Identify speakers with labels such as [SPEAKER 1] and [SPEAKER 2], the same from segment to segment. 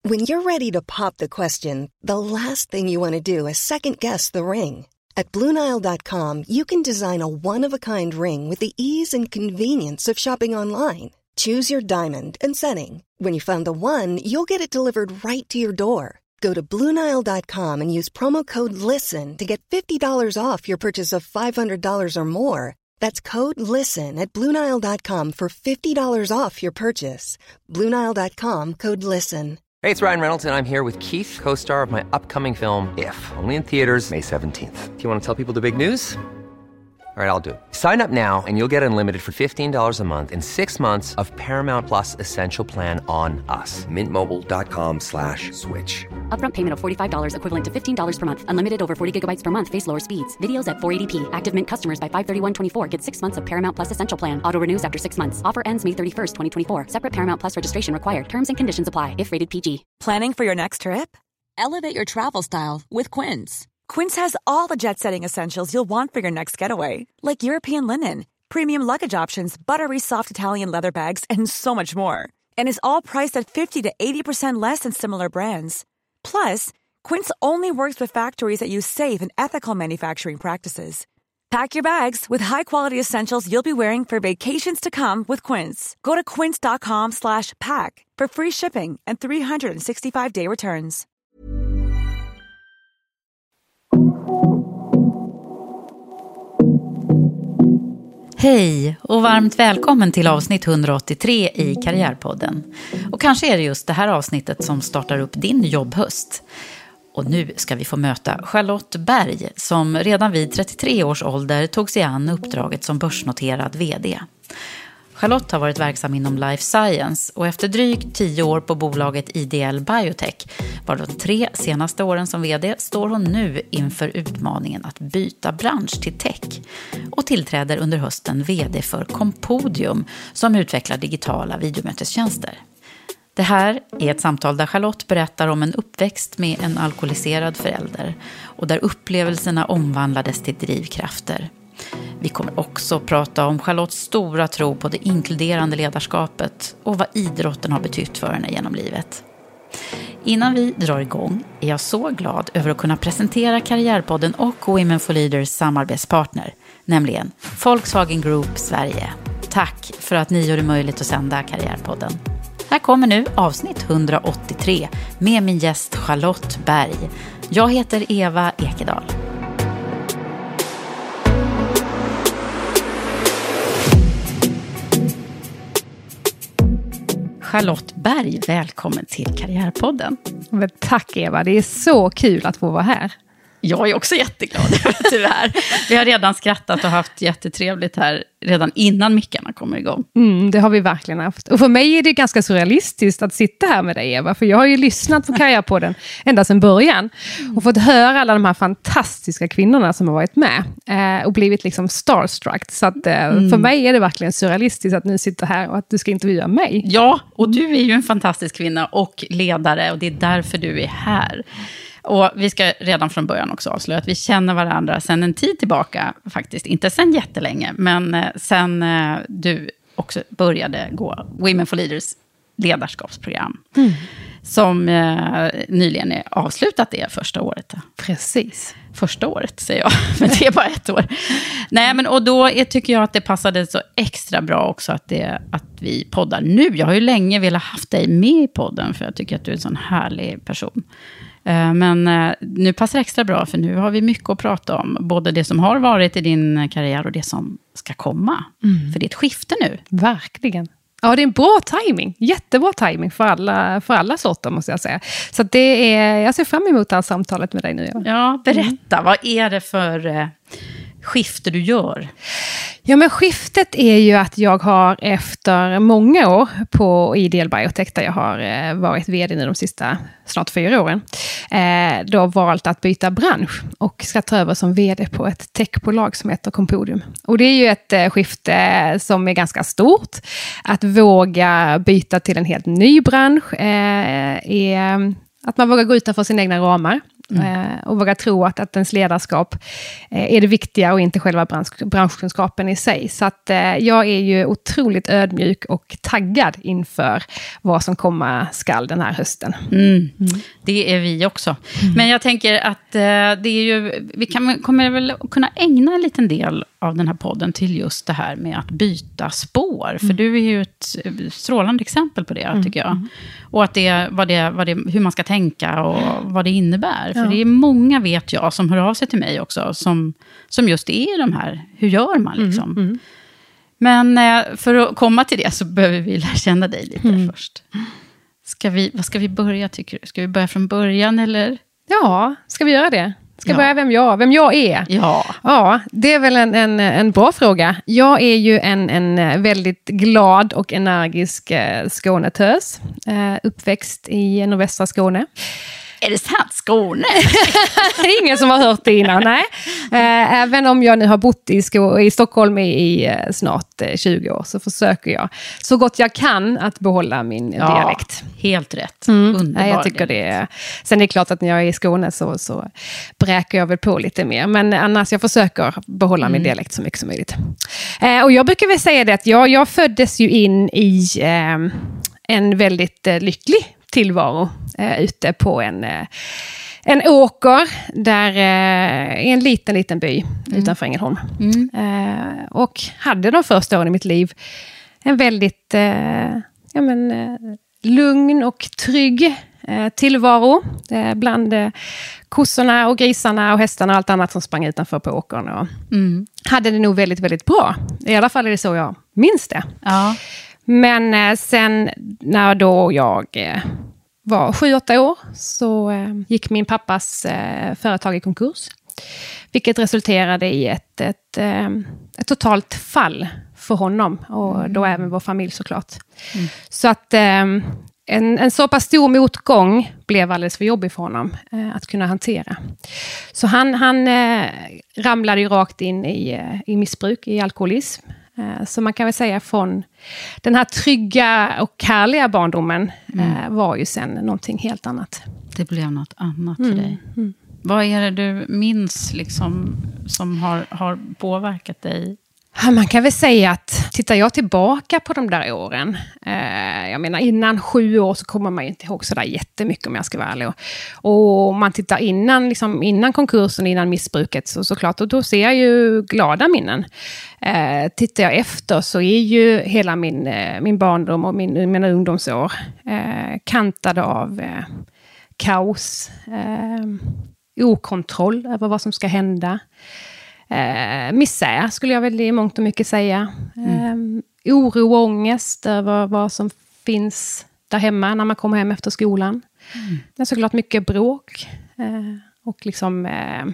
[SPEAKER 1] When you're ready to pop the question, the last thing you want to do is second-guess the ring. At BlueNile.com, you can design a one-of-a-kind ring with the ease and convenience of shopping online. Choose your diamond and setting. When you find the one, you'll get it delivered right to your door. Go to BlueNile.com and use promo code LISTEN to get $50 off your purchase of $500 or more. That's code LISTEN at BlueNile.com for $50 off your purchase. BlueNile.com, code LISTEN.
[SPEAKER 2] Hey, it's Ryan Reynolds, and I'm here with Keith, co-star of my upcoming film, If, only in theaters May 17th. Do you want to tell people the big news? All right, I'll do it. Sign up now and you'll get unlimited for $15 a month and 6 months of Paramount Plus Essential Plan on us. MintMobile.com/switch.
[SPEAKER 3] Upfront payment of $45 equivalent to $15 per month. Unlimited over 40 gigabytes per month. Face lower speeds. Videos at 480p. Active Mint customers by 531.24 get 6 months of Paramount Plus Essential Plan. Auto renews after 6 months. Offer ends May 31st, 2024. Separate Paramount Plus registration required. Terms and conditions apply if rated PG.
[SPEAKER 4] Planning for your next trip? Elevate your travel style with Quince. Quince has all the jet-setting essentials you'll want for your next getaway, like European linen, premium luggage options, buttery soft Italian leather bags, and so much more. And is all priced at 50 to 80% less than similar brands. Plus, Quince only works with factories that use safe and ethical manufacturing practices. Pack your bags with high-quality essentials you'll be wearing for vacations to come with Quince. Go to quince.com/pack for free shipping and 365-day returns.
[SPEAKER 5] Hej och varmt välkommen till avsnitt 183 i Karriärpodden. Och kanske är det just det här avsnittet som startar upp din jobbhöst. Och nu ska vi få möta Charlotte Berg som redan vid 33 års ålder tog sig an uppdraget som börsnoterad vd. Charlotte har varit verksam inom life science och efter drygt 10 år på bolaget IDL Biotech, var de 3 senaste åren som vd, står hon nu inför utmaningen att byta bransch till tech och tillträder under hösten vd för Compodium som utvecklar digitala videomötestjänster. Det här är ett samtal där Charlotte berättar om en uppväxt med en alkoholiserad förälder och där upplevelserna omvandlades till drivkrafter. Vi kommer också prata om Charlottes stora tro på det inkluderande ledarskapet och vad idrotten har betytt för henne genom livet. Innan vi drar igång är jag så glad över att kunna presentera Karriärpodden och Women for Leaders samarbetspartner, nämligen Volkswagen Group Sverige. Tack för att ni gör det möjligt att sända Karriärpodden. Här kommer nu avsnitt 183 med min gäst Charlotte Berg. Jag heter Eva Ekedal. Charlotte Berg, välkommen till Karriärpodden.
[SPEAKER 6] Men tack Eva, det är så kul att få vara här.
[SPEAKER 5] Jag är också jätteglad över att du är här. Vi har redan skrattat och haft jättetrevligt här redan innan mickarna kommer igång.
[SPEAKER 6] Det har vi verkligen haft. Och för mig är det ganska surrealistiskt att sitta här med dig Eva. För jag har ju lyssnat på Karriärpodden ända sedan början. Och fått höra alla de här fantastiska kvinnorna som har varit med. Och blivit liksom starstruck. Så att, för mig är det verkligen surrealistiskt att nu sitter här och att du ska intervjua mig.
[SPEAKER 5] Ja, och du är ju en fantastisk kvinna och ledare. Och det är därför du är här. Och vi ska redan från början också avslöja att vi känner varandra sedan en tid tillbaka faktiskt. Inte sedan jättelänge, men sen du också började gå Women for Leaders ledarskapsprogram. Som nyligen är avslutat det första året.
[SPEAKER 6] Precis.
[SPEAKER 5] Första året säger jag, men det är bara 1 år. Nej, men och då tycker jag att det passade så extra bra också att vi poddar nu. Jag har ju länge velat haft dig med i podden för jag tycker att du är en sån härlig person. Men nu passar det extra bra för nu har vi mycket att prata om. Både det som har varit i din karriär och det som ska komma. För det är ett skifte nu.
[SPEAKER 6] Verkligen. Ja, det är en bra timing. Jättebra timing för alla sorter måste jag säga. Så att jag ser fram emot det här samtalet med dig nu.
[SPEAKER 5] Ja, berätta. Vad är det för skifte du gör?
[SPEAKER 6] Ja, men skiftet är ju att jag har efter många år på IDL Biotech där jag har varit vd nu de sista snart 4 åren. Då valt att byta bransch och ska ta över som vd på ett techbolag som heter Compodium. Och det är ju ett skifte som är ganska stort. Att våga byta till en helt ny bransch är att man vågar gå utanför sina egna ramar. Och våga tro att ens ledarskap är det viktiga och inte själva branschkunskapen i sig. Så att jag är ju otroligt ödmjuk och taggad inför vad som komma skall den här hösten.
[SPEAKER 5] Det är vi också. Men jag tänker att det är ju, kommer väl kunna ägna en liten del av den här podden till just det här med att byta spår. För du är ju ett strålande exempel på det, tycker jag. Och att hur man ska tänka och vad det innebär. För det är många, vet jag, som hör av sig till mig också, som just är de här, hur gör man liksom? Men för att komma till det så behöver vi lära känna dig lite först. Vad ska vi börja, tycker du? Ska vi börja från början, eller?
[SPEAKER 6] Ja, ska vi göra det? Ska börja vem jag är? Ja, det är väl en bra fråga. Jag är ju en väldigt glad och energisk skånetös. Uppväxt i nordvästra Skåne.
[SPEAKER 5] Är det sant? Skåne?
[SPEAKER 6] Det är ingen som har hört det innan, nej. Även om jag nu har bott i Stockholm i snart 20 år, så försöker jag så gott jag kan att behålla min dialekt.
[SPEAKER 5] Helt rätt. Underbar.
[SPEAKER 6] Jag tycker det. Sen är det klart att när jag är i Skåne så bräker jag väl på lite mer. Men annars jag försöker behålla min dialekt så mycket som möjligt. Och jag brukar väl säga det att jag föddes ju in i en väldigt lycklig tillvaro ute på en åker där i en liten by utanför Ängelholm. Och hade de första åren i mitt liv en väldigt lugn och trygg tillvaro bland kossorna och grisarna och hästarna och allt annat som sprang utanför på åkern. Och hade det nog väldigt, väldigt bra. I alla fall är det så jag minns det.
[SPEAKER 5] Ja.
[SPEAKER 6] Men sen när då jag var 7-8 år så gick min pappas företag i konkurs. Vilket resulterade i ett totalt fall för honom och då även vår familj såklart. Så att en så pass stor motgång blev alldeles för jobbig för honom att kunna hantera. Så han ramlade ju rakt in i missbruk, i alkoholism. Så man kan väl säga från den här trygga och härliga barndomen var ju sen någonting helt annat.
[SPEAKER 5] Det blev något annat för dig. Vad är det du minns liksom, som har påverkat dig?
[SPEAKER 6] Man kan väl säga att tittar jag tillbaka på de där åren, jag menar innan 7 år så kommer man ju inte ihåg så där jättemycket om jag ska vara ärlig. Och man tittar innan konkursen, innan missbruket såklart, och då ser jag ju glada minnen. Tittar jag efter så är ju hela min barndom och mina ungdomsår kantade av kaos, okontroll över vad som ska hända. Misär skulle jag väl i mångt och mycket säga. Oro och ångest över vad som finns där hemma när man kommer hem efter skolan. Det är såklart mycket bråk. Och liksom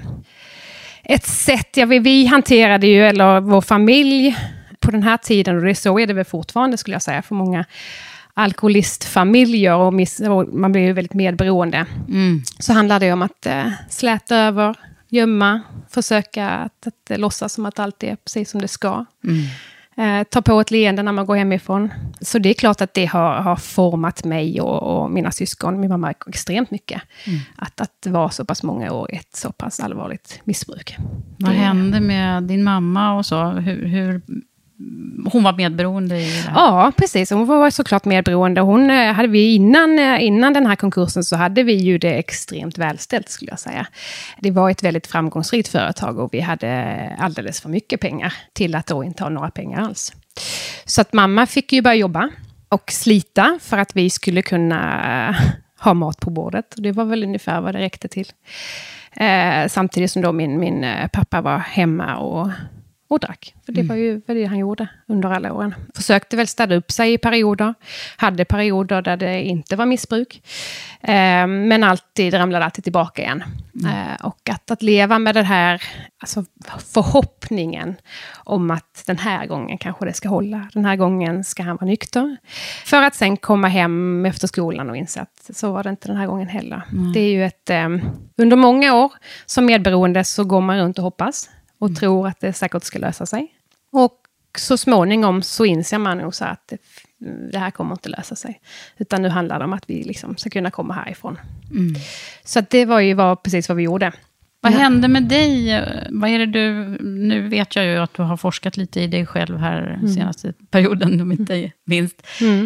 [SPEAKER 6] ett sätt, vi hanterade ju, eller vår familj på den här tiden, och så är det väl fortfarande skulle jag säga för många alkoholistfamiljer, och man blir ju väldigt medberoende. Så handlar det om att släta över, gömma, försöka att låtsas som att allt är precis som det ska. Ta på ett leende när man går hemifrån. Så det är klart att det har format mig och mina syskon, min mamma, extremt mycket. Att vara så pass många år i ett så pass allvarligt missbruk.
[SPEAKER 5] Vad hände med din mamma och så? Hur hon var medberoende i det här? Ja,
[SPEAKER 6] precis. Hon var såklart medberoende. Hon hade vi innan den här konkursen så hade vi ju det extremt välställt skulle jag säga. Det var ett väldigt framgångsrikt företag och vi hade alldeles för mycket pengar till att då inte ha några pengar alls. Så att mamma fick ju börja jobba och slita för att vi skulle kunna ha mat på bordet. Och det var väl ungefär vad det räckte till. Samtidigt som då min pappa var hemma och drack. För det var ju det han gjorde under alla åren. Försökte väl städa upp sig i perioder. Hade perioder där det inte var missbruk. Men ramlade alltid tillbaka igen. Och att leva med det här, alltså förhoppningen om att den här gången kanske det ska hålla. Den här gången ska han vara nykter. För att sen komma hem efter skolan och inse att så var det inte den här gången heller. Det är ju under många år som medberoende så går man runt och hoppas. Och tror att det säkert ska lösa sig. Och så småningom så inser man nog så att det här kommer inte lösa sig. Utan nu handlar det om att vi liksom ska kunna komma härifrån. Så att det var precis vad vi gjorde.
[SPEAKER 5] Vad hände med dig? Vad är det nu vet jag ju att du har forskat lite i dig själv här senaste perioden, om inte minst.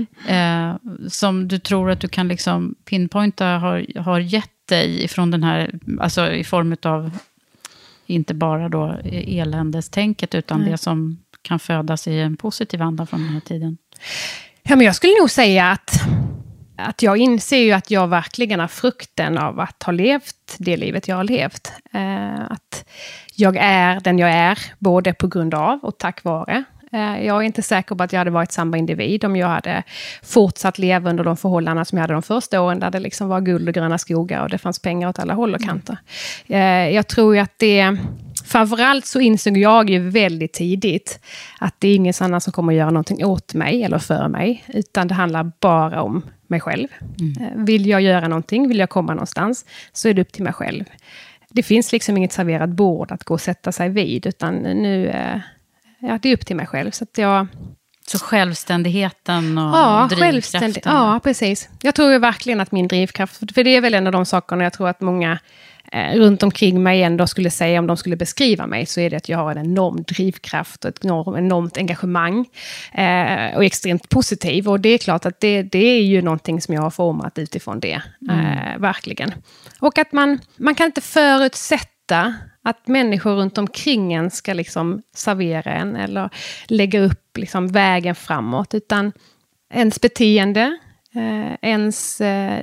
[SPEAKER 5] Som du tror att du kan liksom pinpointa har gett dig ifrån den här, alltså i form av inte bara då eländestänket, utan det som kan födas i en positiv anda från den här tiden.
[SPEAKER 6] Ja, men jag skulle nog säga att jag inser ju att jag verkligen har frukten av att ha levt det livet jag har levt. Att jag är den jag är, både på grund av och tack vare. Jag är inte säker på att jag hade varit samma individ om jag hade fortsatt leva under de förhållanden som jag hade de första åren, där det liksom var guld och gröna skogar och det fanns pengar åt alla håll och kanter. Jag tror ju att framförallt så insåg jag ju väldigt tidigt att det är ingen annan som kommer att göra någonting åt mig eller för mig, utan det handlar bara om mig själv. Vill jag göra någonting, vill jag komma någonstans, så är det upp till mig själv. Det finns liksom inget serverat bord att gå och sätta sig vid, utan nu det är upp till mig själv.
[SPEAKER 5] Så självständigheten och drivkraften?
[SPEAKER 6] Ja, precis. Jag tror ju verkligen att min drivkraft, för det är väl en av de sakerna jag tror att många runt omkring mig ändå skulle säga, om de skulle beskriva mig, så är det att jag har en enorm drivkraft och ett enormt engagemang och extremt positiv. Och det är klart att det är ju någonting som jag har format utifrån det, verkligen. Och att man kan inte förutsätta att människor runt omkring en ska liksom servera en eller lägga upp liksom vägen framåt, utan ens beteende, ens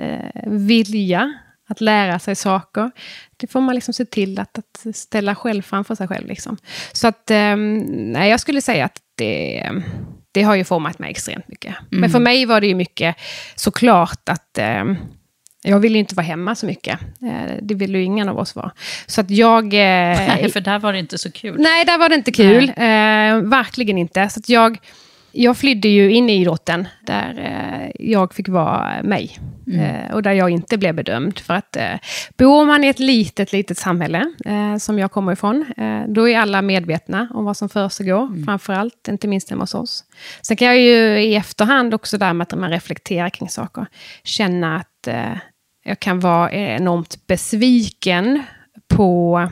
[SPEAKER 6] vilja att lära sig saker, det får man liksom se till att ställa själv framför sig själv. Liksom. Så att jag skulle säga att det har ju format mig extremt mycket. Men för mig var det ju mycket såklart att jag ville inte vara hemma så mycket. Det ville ju ingen av oss vara. Så att
[SPEAKER 5] Nej, för där var det inte så kul.
[SPEAKER 6] Nej, där var det inte kul. Verkligen inte. Så att jag flydde ju in i idrotten där jag fick vara mig. Och där jag inte blev bedömd. För att bor man i ett litet samhälle som jag kommer ifrån, då är alla medvetna om vad som försiggår. Framförallt, inte minst hemma hos oss. Sen kan jag ju i efterhand också där med att man reflekterar kring saker, känna att jag kan vara enormt besviken på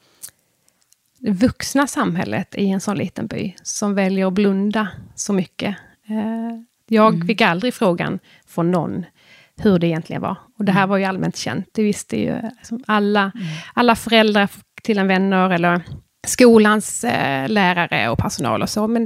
[SPEAKER 6] det vuxna samhället i en sån liten by som väljer att blunda så mycket. Jag fick aldrig frågan från någon hur det egentligen var. Och det här var ju allmänt känt. Det visste ju liksom alla föräldrar till en vänner eller skolans lärare och personal och så. Men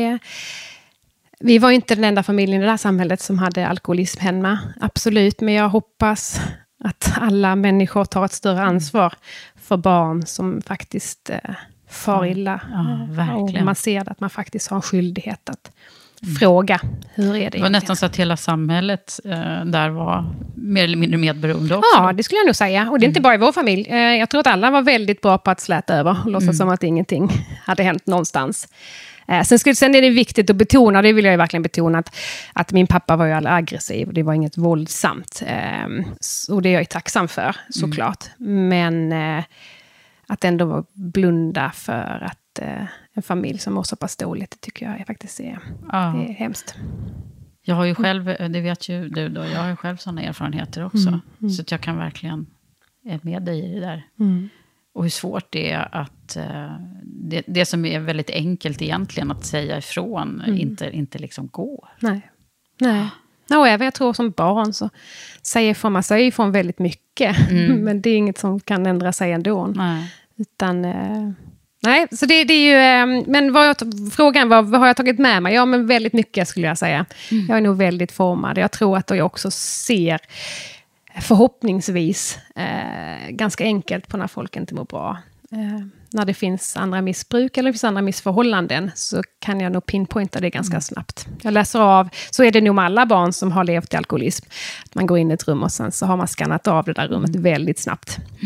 [SPEAKER 6] vi var ju inte den enda familjen i det här samhället som hade alkoholism hemma. Absolut, men jag hoppas att alla människor tar ett större ansvar för barn som faktiskt far illa.
[SPEAKER 5] Ja, verkligen.
[SPEAKER 6] Och man ser att man faktiskt har en skyldighet att fråga, hur är det?
[SPEAKER 5] Det var nästan så att hela samhället där var mer eller mindre medberoende också.
[SPEAKER 6] Ja, det skulle jag nog säga. Och det är inte bara i vår familj. Jag tror att alla var väldigt bra på att släta över och låtsas som att ingenting hade hänt någonstans. Sen är det viktigt att betona, det vill jag ju verkligen betona, att min pappa var ju aldrig aggressiv och det var inget våldsamt. Och det är jag ju tacksam för, såklart. Men att ändå blunda för att en familj som mår så pass dåligt, det tycker jag faktiskt är hemskt.
[SPEAKER 5] Jag har ju själv, det vet ju du då, jag har ju själv sådana erfarenheter också. Så att jag kan verkligen är med dig i det där. Och hur svårt det är att det som är väldigt enkelt egentligen att säga ifrån inte liksom går.
[SPEAKER 6] Nej. Och även jag tror som barn så säger man sig ifrån väldigt mycket. Men det är inget som kan ändra sig ändå.
[SPEAKER 5] Nej.
[SPEAKER 6] Utan nej, så det är ju, men frågan var, vad har jag tagit med mig? Ja, men väldigt mycket skulle jag säga. Jag är nog väldigt formad. Jag tror att jag också ser förhoppningsvis ganska enkelt på när folk inte mår bra. När det finns andra missbruk eller det finns andra missförhållanden så kan jag nog pinpointa det ganska snabbt. Jag läser av, så är det nog med alla barn som har levt i alkoholism. Att man går in i ett rum och sen så har man skannat av det där rummet väldigt snabbt.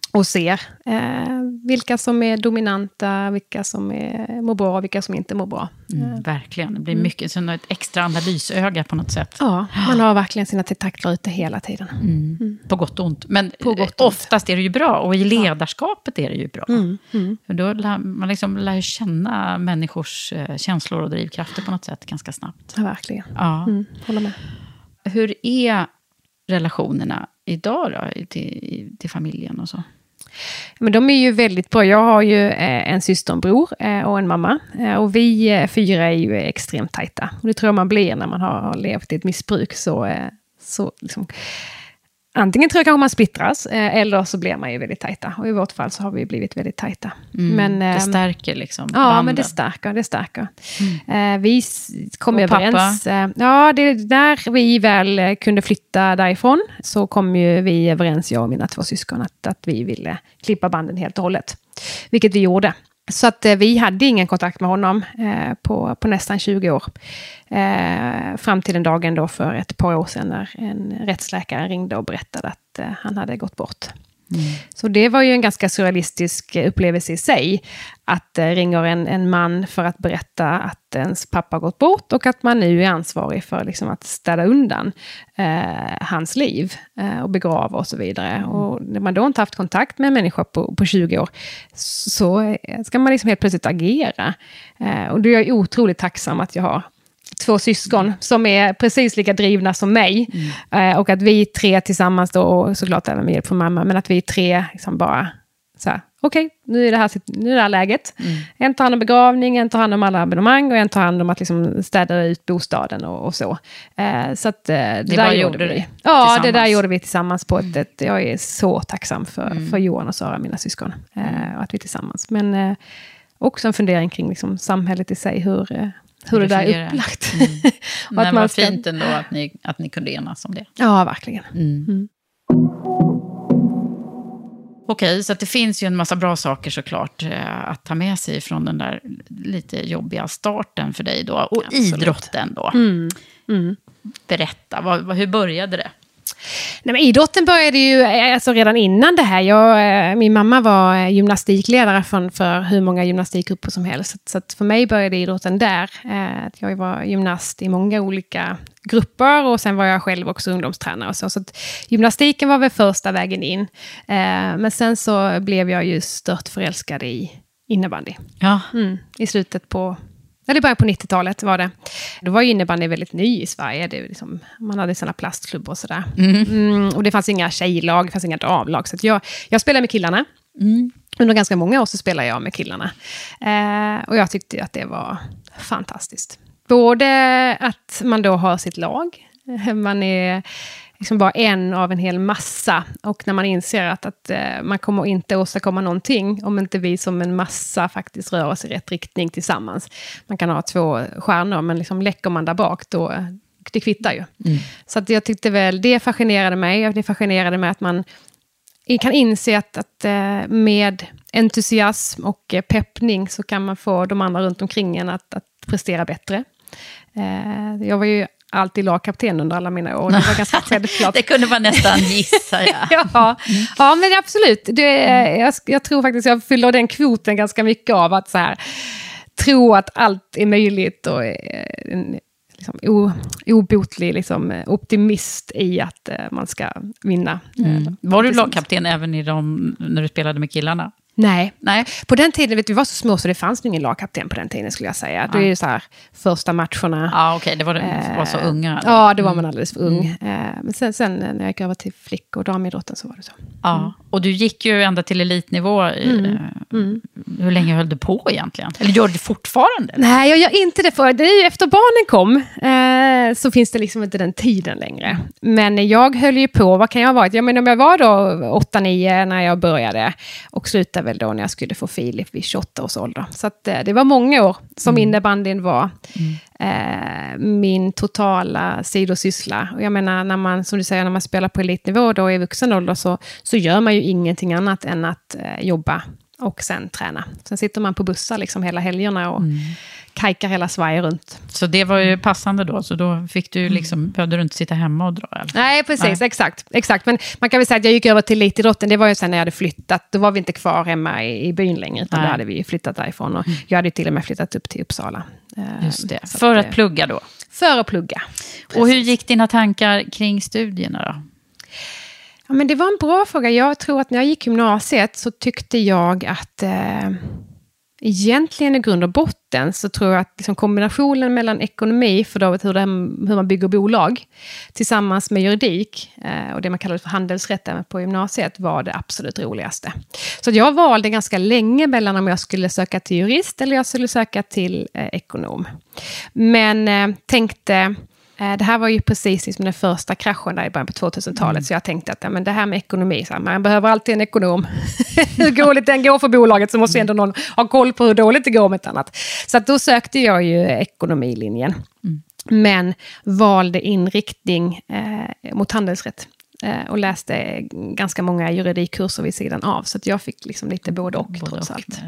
[SPEAKER 6] och ser vilka som är dominanta, vilka som mår bra och vilka som inte mår bra.
[SPEAKER 5] Verkligen, det blir mycket som ett extra analysöga på något sätt.
[SPEAKER 6] Ja, man har verkligen sina tentakler ute hela tiden.
[SPEAKER 5] På gott och ont. Men oftast är det ju bra, och i ledarskapet är det ju bra. För då man liksom lär känna människors känslor och drivkrafter på något sätt ganska snabbt.
[SPEAKER 6] Ja, verkligen.
[SPEAKER 5] Ja.
[SPEAKER 6] Håller med.
[SPEAKER 5] Hur är relationerna idag då, till familjen och så?
[SPEAKER 6] Men de är ju väldigt bra. Jag har ju en syster, en bror och en mamma. Och vi 4 är ju extremt tajta. Och det tror jag man blir när man har levt i ett missbruk. Så liksom, antingen tror jag kanske man splittras, eller så blir man ju väldigt tajta. Och i vårt fall så har vi blivit väldigt tajta. Men,
[SPEAKER 5] det stärker liksom
[SPEAKER 6] ja,
[SPEAKER 5] banden.
[SPEAKER 6] men det stärker. Vi kom överens. Ja, det är där vi väl kunde flytta därifrån. Så kom ju vi överens, jag och mina 2 syskon, att vi ville klippa banden helt och hållet. Vilket vi gjorde. Så att vi hade ingen kontakt med honom på nästan 20 år. Fram till den dagen då för ett par år sedan när en rättsläkare ringde och berättade att han hade gått bort. Så det var ju en ganska surrealistisk upplevelse i sig. Att ringer en man för att berätta att ens pappa har gått bort. Och att man nu är ansvarig för liksom att städa undan hans liv. Och begrava och så vidare. Och när man då inte haft kontakt med en människa på 20 år. Så ska man liksom helt plötsligt agera. Och då är jag otroligt tacksam att jag har 2 syskon som är precis lika drivna som mig. Och att vi 3 tillsammans då, och såklart även med hjälp från mamma, men att vi 3 liksom bara så här, okej, nu är det här läget. En tar hand om begravning, en tar hand om alla abonnemang och en tar hand om att liksom städa ut bostaden och så. Så att det där gjorde vi. Ja, det där gjorde vi tillsammans på ett jag är så tacksam för Johan och Sara, mina syskon. Att vi tillsammans. Men också en fundering kring liksom samhället i sig, hur det där är upplagt.
[SPEAKER 5] Och att man fint ändå att ni kunde enas om det.
[SPEAKER 6] Ja, verkligen.
[SPEAKER 5] Okej, så att det finns ju en massa bra saker såklart att ta med sig från den där lite jobbiga starten för dig då. Och absolut. Idrotten då. Berätta, hur började det?
[SPEAKER 6] Nej, men idrotten började ju alltså redan innan det här. Min mamma var gymnastikledare för hur många gymnastikgrupper som helst. Så att för mig började idrotten där. Jag var gymnast i många olika grupper och sen var jag själv också ungdomstränare. Och så att gymnastiken var väl första vägen in. Men sen så blev jag ju stört förälskad i innebandy. Ja. I slutet på... Eller början på 90-talet var det. Då var ju innebandy väldigt ny i Sverige. Det liksom, man hade såna plastklubbar och sådär. Och det fanns inga tjejlag, det fanns inga damlag. Så att jag spelade med killarna. Under ganska många år så spelade jag med killarna. Och jag tyckte att det var fantastiskt. Både att man då har sitt lag. Man är liksom bara en av en hel massa. Och när man inser att man kommer inte åstadkomma någonting om inte vi som en massa faktiskt rör oss i rätt riktning tillsammans. Man kan ha 2 stjärnor, men liksom läcker man där bak då, det kvittar ju. Så att jag tyckte väl, det fascinerade mig. Det fascinerade mig att man kan inse att med entusiasm och peppning så kan man få de andra runt omkring en att prestera bättre. Jag var ju alltid lagkapten under alla mina år. Det var ganska självklart.
[SPEAKER 5] Det kunde man nästan gissa,
[SPEAKER 6] ja, men absolut. Jag tror faktiskt jag fyller den kvoten ganska mycket av att så här, tro att allt är möjligt och liksom obotlig liksom, optimist i att man ska vinna.
[SPEAKER 5] Var du lagkapten även när du spelade med killarna?
[SPEAKER 6] Nej. På den tiden, vi var så små så det fanns ingen lagkapten på den tiden skulle jag säga. Det är ju så här första matcherna.
[SPEAKER 5] Ja, okej, det var så unga.
[SPEAKER 6] Ja, det var man alldeles för ung. Men sen när jag gick över till flick- och damidrotten så var det så.
[SPEAKER 5] Ja, och du gick ju ända till elitnivå. Hur länge höll du på egentligen? Eller gör du fortfarande? Nej,
[SPEAKER 6] jag gör inte det för. Det är ju efter barnen kom så finns det liksom inte den tiden längre. Men jag höll ju på, vad kan jag ha varit? Jag menar, om jag var då 8-9 när jag började och slutade väl då när jag skulle få Filip vid 28 års ålder. Så att, det var många år som innebandyn var min totala sidosyssla. Och jag menar, när man, som du säger, när man spelar på elitnivå då i vuxen ålder så gör man ju ingenting annat än att jobba och sen träna. Sen sitter man på bussar liksom hela helgerna och kajkar hela Sverige runt.
[SPEAKER 5] Så det var ju passande då, så då fick du liksom, behövde du inte sitta hemma och dra? Eller?
[SPEAKER 6] Nej, precis, exakt. Men man kan väl säga att jag gick över till elitidrotten, det var ju sen när jag hade flyttat, då var vi inte kvar hemma i byn längre, utan då hade vi flyttat därifrån, och jag hade till och med flyttat upp till Uppsala.
[SPEAKER 5] Just det, för att plugga då?
[SPEAKER 6] För att plugga. Precis. Och
[SPEAKER 5] hur gick dina tankar kring studierna då?
[SPEAKER 6] Ja, men det var en bra fråga. Jag tror att när jag gick gymnasiet så tyckte jag att egentligen i grund och botten så tror jag att liksom kombinationen mellan ekonomi, för då hur man bygger bolag, tillsammans med juridik och det man kallar för handelsrätt på gymnasiet var det absolut roligaste. Så jag valde ganska länge mellan om jag skulle söka till jurist eller jag skulle söka till ekonom. Men tänkte... Det här var ju precis liksom den första kraschen där i början på 2000-talet. Så jag tänkte att men det här med ekonomi, så här, man behöver alltid en ekonom. Hur dåligt den går för bolaget så måste ändå någon ha koll på hur dåligt det går med ett annat. Så att då sökte jag ju ekonomilinjen. Men valde inriktning mot handelsrätt. Och läste ganska många juridikkurser vid sidan av. Så att jag fick liksom lite både och trots allt.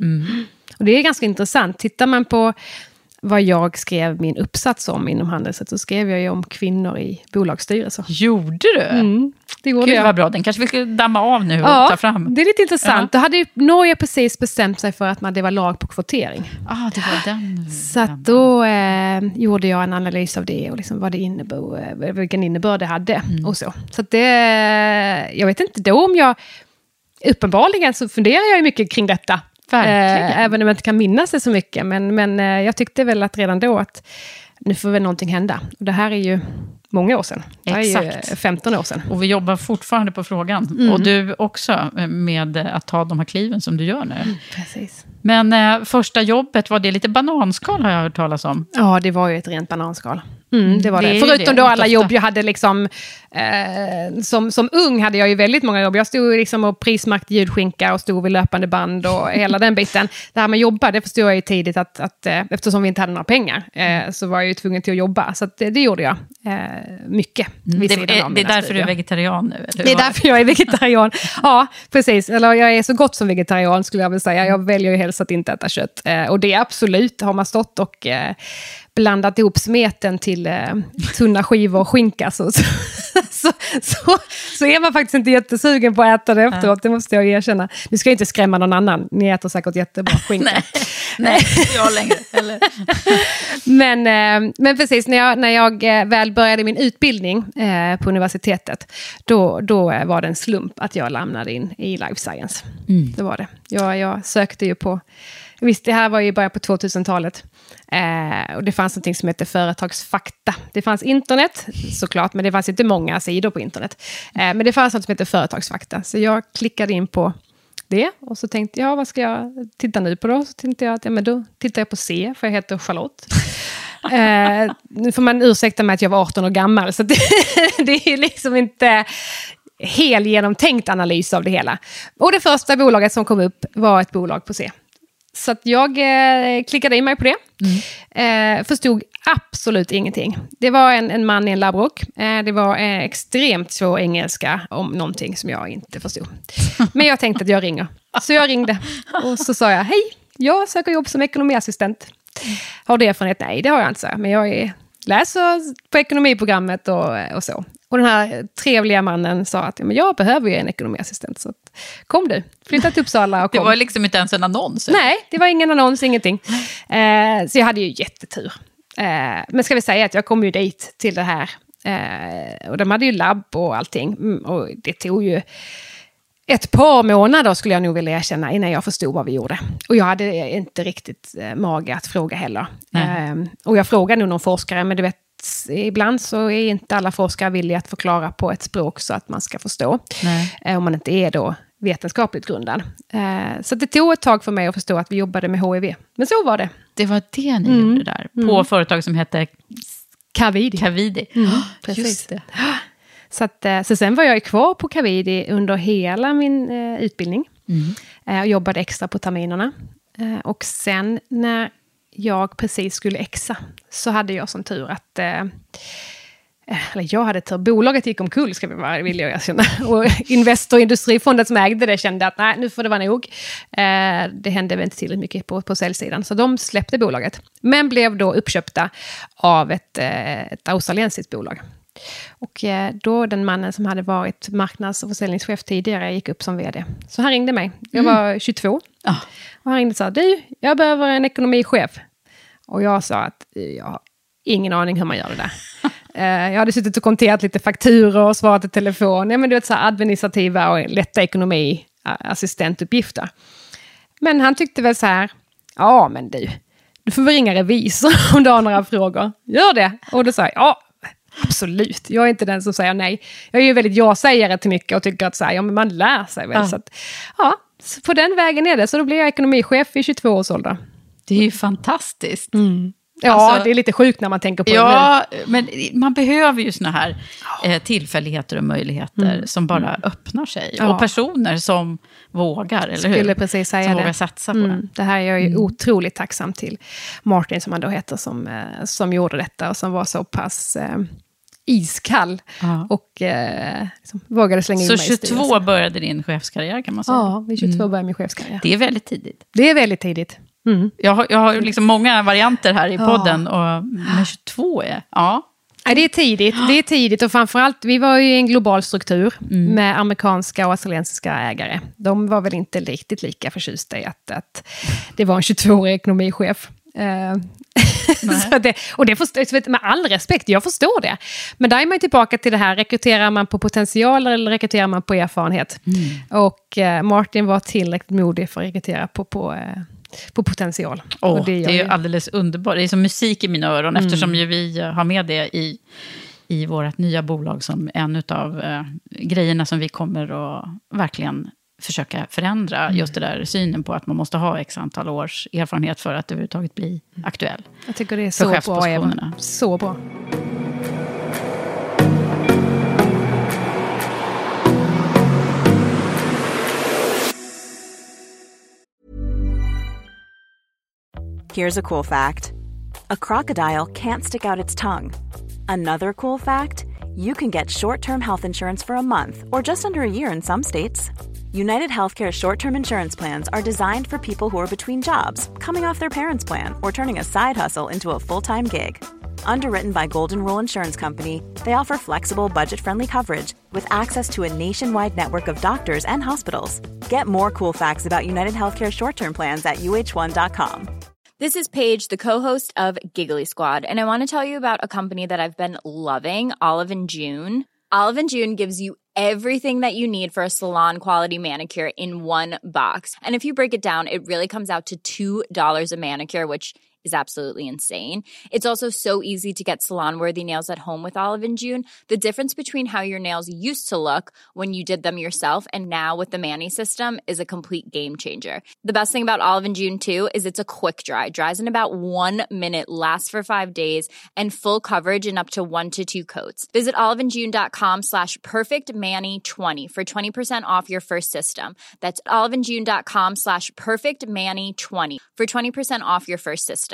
[SPEAKER 6] Och det är ganska intressant. Tittar man på vad jag skrev min uppsats om inom handelsrätt, så skrev jag ju om kvinnor i bolagsstyrelser.
[SPEAKER 5] Gjorde du?
[SPEAKER 6] Det gjorde
[SPEAKER 5] Gud,
[SPEAKER 6] jag.
[SPEAKER 5] Vad bra, den kanske vi ska damma av nu och ta fram.
[SPEAKER 6] Det är lite intressant. Då hade ju Norge precis bestämt sig för att det var lag på kvotering.
[SPEAKER 5] Det var den.
[SPEAKER 6] Så att då gjorde jag en analys av det och liksom vad det innebär, vilken innebörd det hade och så. Så att jag vet inte då om jag, uppenbarligen så funderar jag ju mycket kring detta. Även om jag inte kan minnas det så mycket. Men jag tyckte väl att redan då att nu får väl någonting hända. Och det här är ju många år sedan. Det är ju 15 år sedan.
[SPEAKER 5] Och vi jobbar fortfarande på frågan. Och du också med att ta de här kliven som du gör nu.
[SPEAKER 6] Precis.
[SPEAKER 5] Men första jobbet, var det lite bananskal har jag hört talas om?
[SPEAKER 6] Ja, det var ju ett rent bananskal. Det var det. Förutom då alla jobb jag hade liksom, som ung hade jag ju väldigt många jobb. Jag stod liksom och prismärkte julskinka och stod vid löpande band och hela den biten. Det här med jobba, det förstod jag ju tidigt att eftersom vi inte hade några pengar så var jag ju tvungen till att jobba. Så att det gjorde jag mycket.
[SPEAKER 5] Det är därför du är vegetarian nu? Eller?
[SPEAKER 6] Det är därför jag är vegetarian. Ja, precis. Eller jag är så gott som vegetarian skulle jag vilja säga. Jag väljer ju helst att inte äta kött. Och det är absolut, har man stått och blandat ihop smeten till tunna skivor och skinka så är man faktiskt inte jättesugen på att äta det efteråt, det måste jag erkänna. Nu ska jag inte skrämma någon annan, ni äter säkert jättebra skinka.
[SPEAKER 5] Nej, jag längre. Eller?
[SPEAKER 6] Men precis, när jag väl började min utbildning på universitetet, då var det en slump att jag lämnade in i life science. Det var det. Jag sökte ju på... Visst, det här var ju början på 2000-talet. Och det fanns något som heter företagsfakta. Det fanns internet, såklart, men det fanns inte många sidor på internet. Men det fanns något som heter företagsfakta. Så jag klickade in på det. Och så tänkte jag, vad ska jag titta nu på då? Så tänkte jag att då tittar jag på C, för jag heter Charlotte. Nu får man ursäkta mig att jag var 18 år gammal. Så det är liksom inte... helt genomtänkt analys av det hela. Och det första bolaget som kom upp var ett bolag på C. Så att jag klickade in mig på det. Förstod absolut ingenting. Det var en man i en labbrock. Det var extremt svår engelska om någonting som jag inte förstod. Men jag tänkte att jag ringer. Så jag ringde och så sa jag, hej, jag söker jobb som ekonomiassistent. Har du erfarenhet? Nej, det har jag inte, så. Men jag läser på ekonomiprogrammet och så. Och den här trevliga mannen sa att men jag behöver ju en ekonomiassistent. Så kom du, flytta till Uppsala och kom.
[SPEAKER 5] Det var liksom inte ens en annons?
[SPEAKER 6] Nej, det var ingen annons, ingenting. Så jag hade ju jättetur. Men ska vi säga att jag kom ju dit till det här. Och de hade ju labb och allting. Och det tog ju ett par månader skulle jag nog vilja erkänna innan jag förstod vad vi gjorde. Och jag hade inte riktigt mage att fråga heller. Och jag frågade nog någon forskare, men du vet, ibland så är inte alla forskare villiga att förklara på ett språk så att man ska förstå. Om man inte är då vetenskapligt grundad. Så det tog ett tag för mig att förstå att vi jobbade med HIV. Men så var det.
[SPEAKER 5] Det var det ni gjorde där. På företag som hette Cavidi.
[SPEAKER 6] Precis. Just det. Så sen var jag kvar på Cavidi under hela min utbildning. Och jobbade extra på terminerna. Och sen när jag precis skulle exa så hade jag som tur att jag hade tur, bolaget gick omkull, vill jag erkänna. Och Investor Industrifonden som ägde det kände att nej, nu får det vara nog. Det hände väl inte tillräckligt mycket på säljsidan. Så de släppte bolaget. Men blev då uppköpta av ett australiensiskt bolag. Och då den mannen som hade varit marknads- och försäljningschef tidigare gick upp som vd. Så han ringde mig. Jag var 22. Och han ringde och sa, jag behöver en ekonomichef. Och jag sa att jag har ingen aning hur man gör det där. Jag hade suttit och konterat lite fakturor och svarat i telefon. Men du vet, så här administrativa och lätta ekonomiassistentuppgifter. Men han tyckte väl så här, ja men du får väl ringa revisor om du har några frågor. Gör det. Och då sa jag, ja absolut. Jag är inte den som säger nej. Jag är ju väldigt ja-sägare till mycket och tycker att så här, ja men man lär sig väl. Så att, så på den vägen är det. Så då blir jag ekonomichef i 22 års ålder.
[SPEAKER 5] Det är ju fantastiskt.
[SPEAKER 6] Ja,
[SPEAKER 5] alltså,
[SPEAKER 6] det är lite sjukt när man tänker på det.
[SPEAKER 5] Ja, men man behöver ju såna här tillfälligheter och möjligheter som bara öppnar sig. Ja. Och personer som vågar, eller hur?
[SPEAKER 6] Skulle precis säga
[SPEAKER 5] som
[SPEAKER 6] det.
[SPEAKER 5] Vågar satsa på det.
[SPEAKER 6] Det här är jag ju otroligt tacksam till Martin, som han då heter, som gjorde detta och som var så pass iskall och liksom, vågade slänga in mig i styrelsen.
[SPEAKER 5] Så 22 började din chefskarriär, kan man säga?
[SPEAKER 6] Ja, vid 22 började min chefskarriär.
[SPEAKER 5] Det är väldigt tidigt.
[SPEAKER 6] Det är väldigt tidigt.
[SPEAKER 5] Jag har liksom många varianter här i podden, och med 22 är... Ja.
[SPEAKER 6] Ja, det är tidigt och framförallt, vi var ju i en global struktur med amerikanska och australiensiska ägare. De var väl inte riktigt lika förtjusta i att det var en 22-årig ekonomichef. Så det förstår, med all respekt, jag förstår det. Men där är man tillbaka till det här, rekryterar man på potential eller rekryterar man på erfarenhet? Och Martin var tillräckligt modig för att rekrytera på potential. Och
[SPEAKER 5] det är ju alldeles underbart. Det är som musik i mina öron, eftersom ju vi har med det i vårt nya bolag som en av grejerna som vi kommer att verkligen försöka förändra. Just det där synen på att man måste ha x antal års erfarenhet för att överhuvudtaget bli aktuell.
[SPEAKER 6] Jag tycker det är så bra, Eva. Så bra.
[SPEAKER 4] Here's a cool fact. A crocodile can't stick out its tongue. Another cool fact, you can get short-term health insurance for a month or just under a year in some states. United Healthcare short-term insurance plans are designed for people who are between jobs, coming off their parents' plan, or turning a side hustle into a full-time gig. Underwritten by Golden Rule Insurance Company, they offer flexible, budget-friendly coverage with access to a nationwide network of doctors and hospitals. Get more cool facts about United Healthcare short-term plans at uh1.com.
[SPEAKER 7] This is Paige, the co-host of Giggly Squad, and I want to tell you about a company that I've been loving, Olive & June. Olive & June gives you everything that you need for a salon-quality manicure in one box. And if you break it down, it really comes out to $2 a manicure, which is absolutely insane. It's also so easy to get salon-worthy nails at home with Olive & June. The difference between how your nails used to look when you did them yourself and now with the Mani system is a complete game changer. The best thing about Olive & June, too, is it's a quick dry. Dries in about 1 minute, lasts for 5 days, and full coverage in up to 1 to 2 coats. Visit oliveandjune.com/perfectmani20 for 20% off your first system. That's oliveandjune.com/perfectmani20 for 20% off your first system.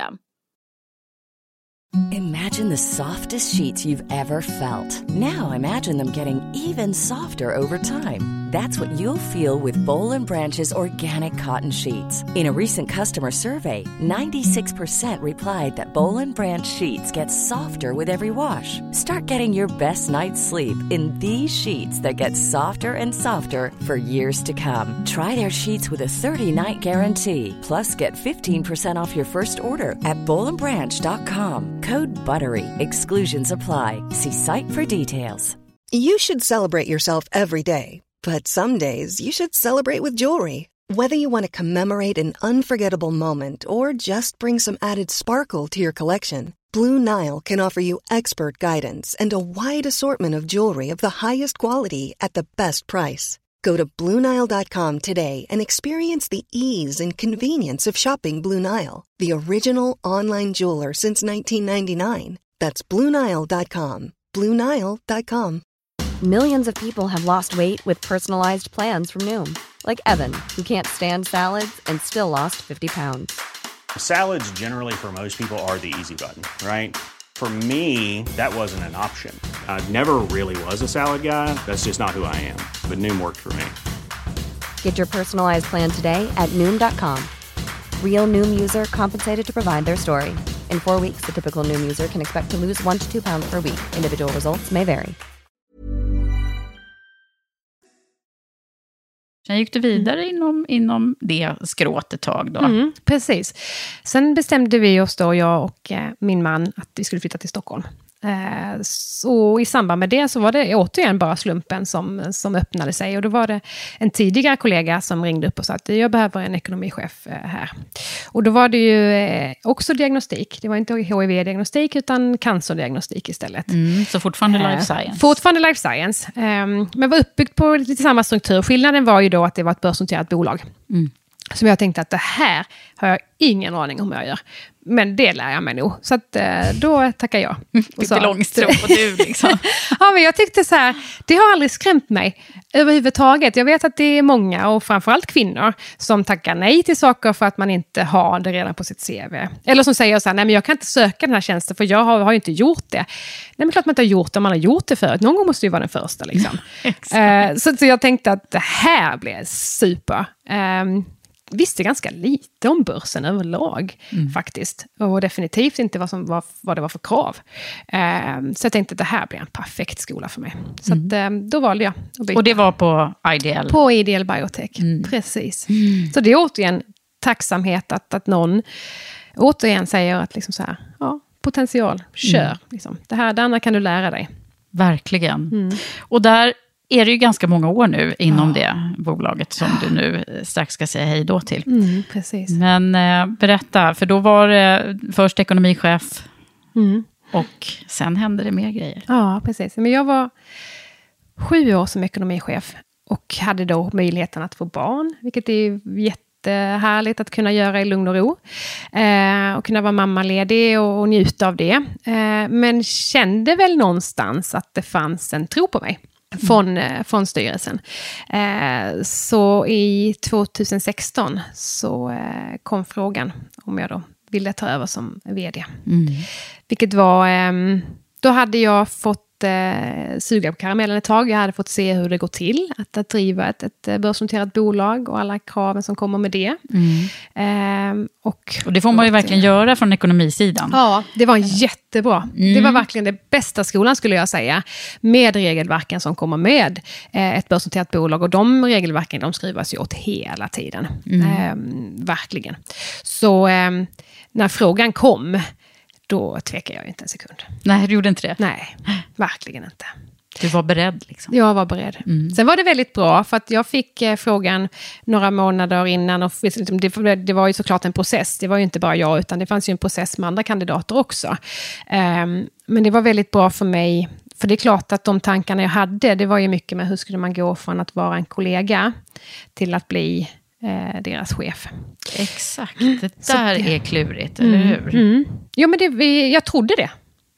[SPEAKER 8] Imagine the softest sheets you've ever felt. Now imagine them getting even softer over time. That's what you'll feel with Boll & Branch's organic cotton sheets. In a recent customer survey, 96% replied that Boll & Branch sheets get softer with every wash. Start getting your best night's sleep in these sheets that get softer and softer for years to come. Try their sheets with a 30-night guarantee. Plus, get 15% off your first order at bollandbranch.com. Code BUTTERY. Exclusions apply. See site for details.
[SPEAKER 1] You should celebrate yourself every day, but some days you should celebrate with jewelry. Whether you want to commemorate an unforgettable moment or just bring some added sparkle to your collection, Blue Nile can offer you expert guidance and a wide assortment of jewelry of the highest quality at the best price. Go to BlueNile.com today and experience the ease and convenience of shopping Blue Nile, the original online jeweler since 1999. That's BlueNile.com. BlueNile.com.
[SPEAKER 9] Millions of people have lost weight with personalized plans from Noom. Like Evan, who can't stand salads and still lost 50 pounds.
[SPEAKER 10] Salads generally for most people are the easy button, right? For me, that wasn't an option. I never really was a salad guy. That's just not who I am. But Noom worked for me.
[SPEAKER 9] Get your personalized plan today at Noom.com. Real Noom user compensated to provide their story. In 4 weeks, the typical Noom user can expect to lose 1 to 2 pounds per week. Individual results may vary.
[SPEAKER 5] Sen gick du vidare inom det skrået ett tag då.
[SPEAKER 6] Precis. Sen bestämde vi oss då, jag och min man, att vi skulle flytta till Stockholm. Så i samband med det så var det återigen bara slumpen som öppnade sig. Och då var det en tidigare kollega som ringde upp och sa att jag behöver en ekonomichef här. Och då var det ju också diagnostik. Det var inte HIV-diagnostik utan cancerdiagnostik istället.
[SPEAKER 5] Så fortfarande life science.
[SPEAKER 6] Fortfarande life science. Men var uppbyggt på lite samma struktur. Skillnaden var ju då att det var ett börsnoterat bolag. Som jag tänkte att det här har jag ingen aning om hur jag gör. Men det lär jag mig nog. Så att, då tackar jag.
[SPEAKER 5] Lite långstrump och du liksom.
[SPEAKER 6] Ja, men jag tyckte så här, det har aldrig skrämt mig överhuvudtaget. Jag vet att det är många, och framförallt kvinnor, som tackar nej till saker för att man inte har det redan på sitt CV. Eller som säger så här, nej men jag kan inte söka den här tjänsten för jag har ju inte gjort det. Nej men klart man inte har gjort det, man har gjort det förut. Någon gång måste ju vara den första liksom. Så jag tänkte att det här blev super. Visste ganska lite om börsen överlag faktiskt. Och definitivt inte vad det var för krav. Så jag tänkte att det här blir en perfekt skola för mig. Så att, då valde jag att byta.
[SPEAKER 5] Och det var på IDL?
[SPEAKER 6] På IDL Biotech, precis. Så det är återigen tacksamhet att någon återigen säger att liksom så här, ja, potential, kör. Liksom. Det andra kan du lära dig.
[SPEAKER 5] Verkligen. Och där är det ju ganska många år nu inom det bolaget som du nu strax ska säga hej då till.
[SPEAKER 6] Precis.
[SPEAKER 5] Men berätta, för då var det först ekonomichef och sen hände det mer grejer.
[SPEAKER 6] Ja, precis. Men jag var 7 år som ekonomichef och hade då möjligheten att få barn, vilket är jättehärligt att kunna göra i lugn och ro. Och kunna vara mammaledig och njuta av det. Men kände väl någonstans att det fanns en tro på mig. Från styrelsen. Så i 2016 så kom frågan om jag då ville ta över som vd. Vilket var, då hade jag fått suga på karamellen ett tag. Jag hade fått se hur det går till att driva ett börsnoterat bolag och alla kraven som kommer med det. Och det får man ju verkligen göra från ekonomisidan. Ja, det var jättebra. Det var verkligen det bästa skolan skulle jag säga. Med regelverken som kommer med ett börsnoterat bolag. Och de regelverken de skrivas ju åt hela tiden. Verkligen. Så när frågan kom, då tvekade jag inte en sekund.
[SPEAKER 5] Nej, du gjorde inte det?
[SPEAKER 6] Nej, verkligen inte.
[SPEAKER 5] Du var beredd liksom?
[SPEAKER 6] Jag var beredd. Sen var det väldigt bra för att jag fick frågan några månader innan. Och det var ju såklart en process. Det var ju inte bara jag utan det fanns ju en process med andra kandidater också. Men det var väldigt bra för mig. För det är klart att de tankarna jag hade, det var ju mycket med hur skulle man gå från att vara en kollega till att bli deras chef.
[SPEAKER 5] Exakt, det där är klurigt, eller hur?
[SPEAKER 6] Ja, men jag trodde det.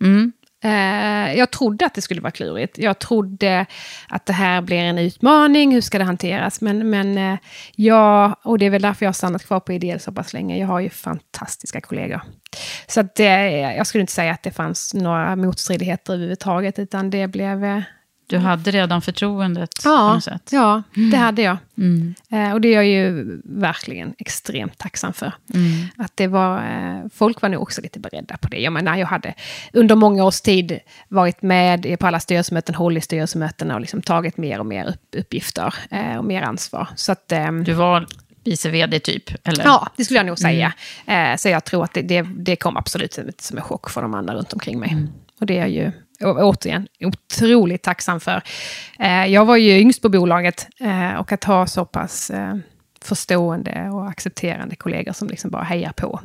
[SPEAKER 6] Jag trodde att det skulle vara klurigt. Jag trodde att det här blir en utmaning. Hur ska det hanteras? Men och det är väl därför jag har stannat kvar på IDL så pass länge. Jag har ju fantastiska kollegor. Så att jag skulle inte säga att det fanns några motstridigheter överhuvudtaget. Utan det blev...
[SPEAKER 5] Du hade redan förtroendet på något sätt. Ja, det hade jag. Och det är jag ju verkligen extremt tacksam för. Att det var, folk var nog också lite beredda på det. Jag menar, jag hade under många års tid varit med på alla styrelsemöten, hållit styrelsemötena och liksom tagit mer och mer uppgifter och mer ansvar. Så att, du var vice vd typ? Eller?
[SPEAKER 6] Ja, det skulle jag nog säga. Så jag tror att det kom absolut som en chock för de andra runt omkring mig. Och det är ju återigen otroligt tacksam för. Jag var ju yngst på bolaget och att ha så pass förstående och accepterande kollegor som liksom bara hejar på.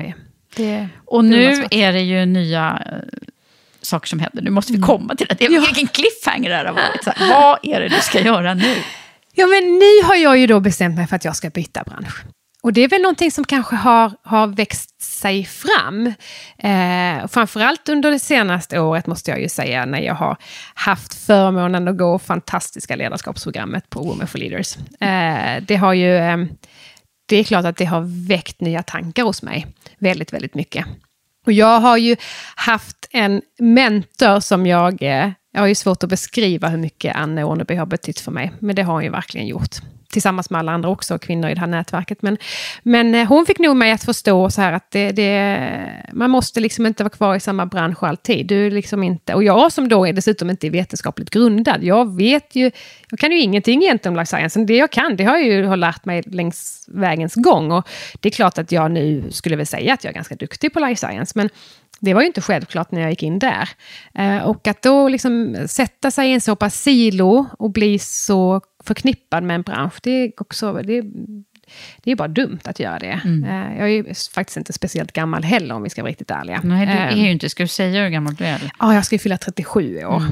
[SPEAKER 5] Och nu är det ju nya saker som händer. Nu måste vi komma till det. Vilken cliffhanger det har varit. Så här, vad är det du ska göra nu?
[SPEAKER 6] Ja, men nu har jag ju då bestämt mig för att jag ska byta bransch. Och det är väl någonting som kanske har växt sig fram. Framförallt under det senaste året måste jag ju säga när jag har haft förmånen att gå fantastiska ledarskapsprogrammet på Women for Leaders. Det är klart att det har väckt nya tankar hos mig. Väldigt, väldigt mycket. Och jag har ju haft en mentor som jag har ju svårt att beskriva hur mycket Anne Orneby har betytt för mig. Men det har hon ju verkligen gjort. Tillsammans med alla andra också, kvinnor i det här nätverket. Men hon fick nog mig att förstå så här att man måste liksom inte vara kvar i samma bransch alltid. Du liksom inte, och jag som då är dessutom inte vetenskapligt grundad. Jag kan ju ingenting egentligen om life science. Det jag kan, det har jag ju lärt mig längs vägens gång. Och det är klart att jag nu skulle väl säga att jag är ganska duktig på life science. Men det var ju inte självklart när jag gick in där. Och att då liksom sätta sig i en så pass silo och bli så förknippad med en bransch, det är bara dumt att göra det. Jag är ju faktiskt inte speciellt gammal heller, om vi ska vara riktigt ärliga.
[SPEAKER 5] Nej, du är ju inte. Ska du säga hur gammal du är?
[SPEAKER 6] Ja, jag ska ju fylla 37 år.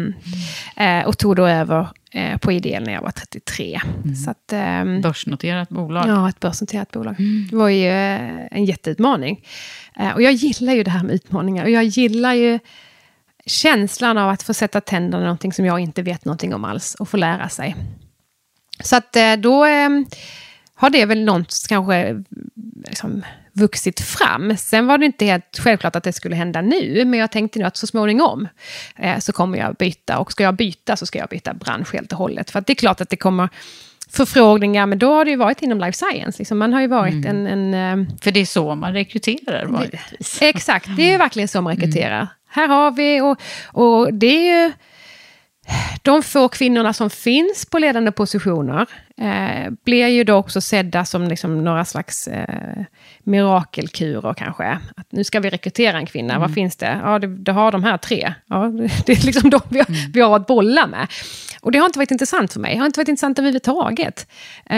[SPEAKER 6] Och tog då över på IDL när jag var 33. Så att,
[SPEAKER 5] börsnoterat bolag.
[SPEAKER 6] Ja, ett börsnoterat bolag. Det var ju en jätteutmaning. Och jag gillar ju det här med utmaningar. Och jag gillar ju känslan av att få sätta tänderna i någonting som jag inte vet någonting om alls. Och få lära sig. Så att då har det väl något kanske liksom vuxit fram. Sen var det inte helt självklart att det skulle hända nu. Men jag tänkte nu att så småningom så kommer jag byta. Och ska jag byta så ska jag byta bransch helt och hållet. För att det är klart att det kommer förfrågningar. Men då har det ju varit inom life science. Liksom man har ju varit en...
[SPEAKER 5] För det är så man rekryterar vanligtvis.
[SPEAKER 6] Exakt, det är ju verkligen så man rekryterar. Här har vi och det är ju... De få kvinnorna som finns på ledande positioner blir ju då också sedda som liksom några slags mirakelkurer kanske. Att nu ska vi rekrytera en kvinna. Vad finns det? Ja, det har de här 3. Ja, det är liksom de vi har att bolla med. Och det har inte varit intressant för mig. Det har inte varit intressant överhuvudtaget.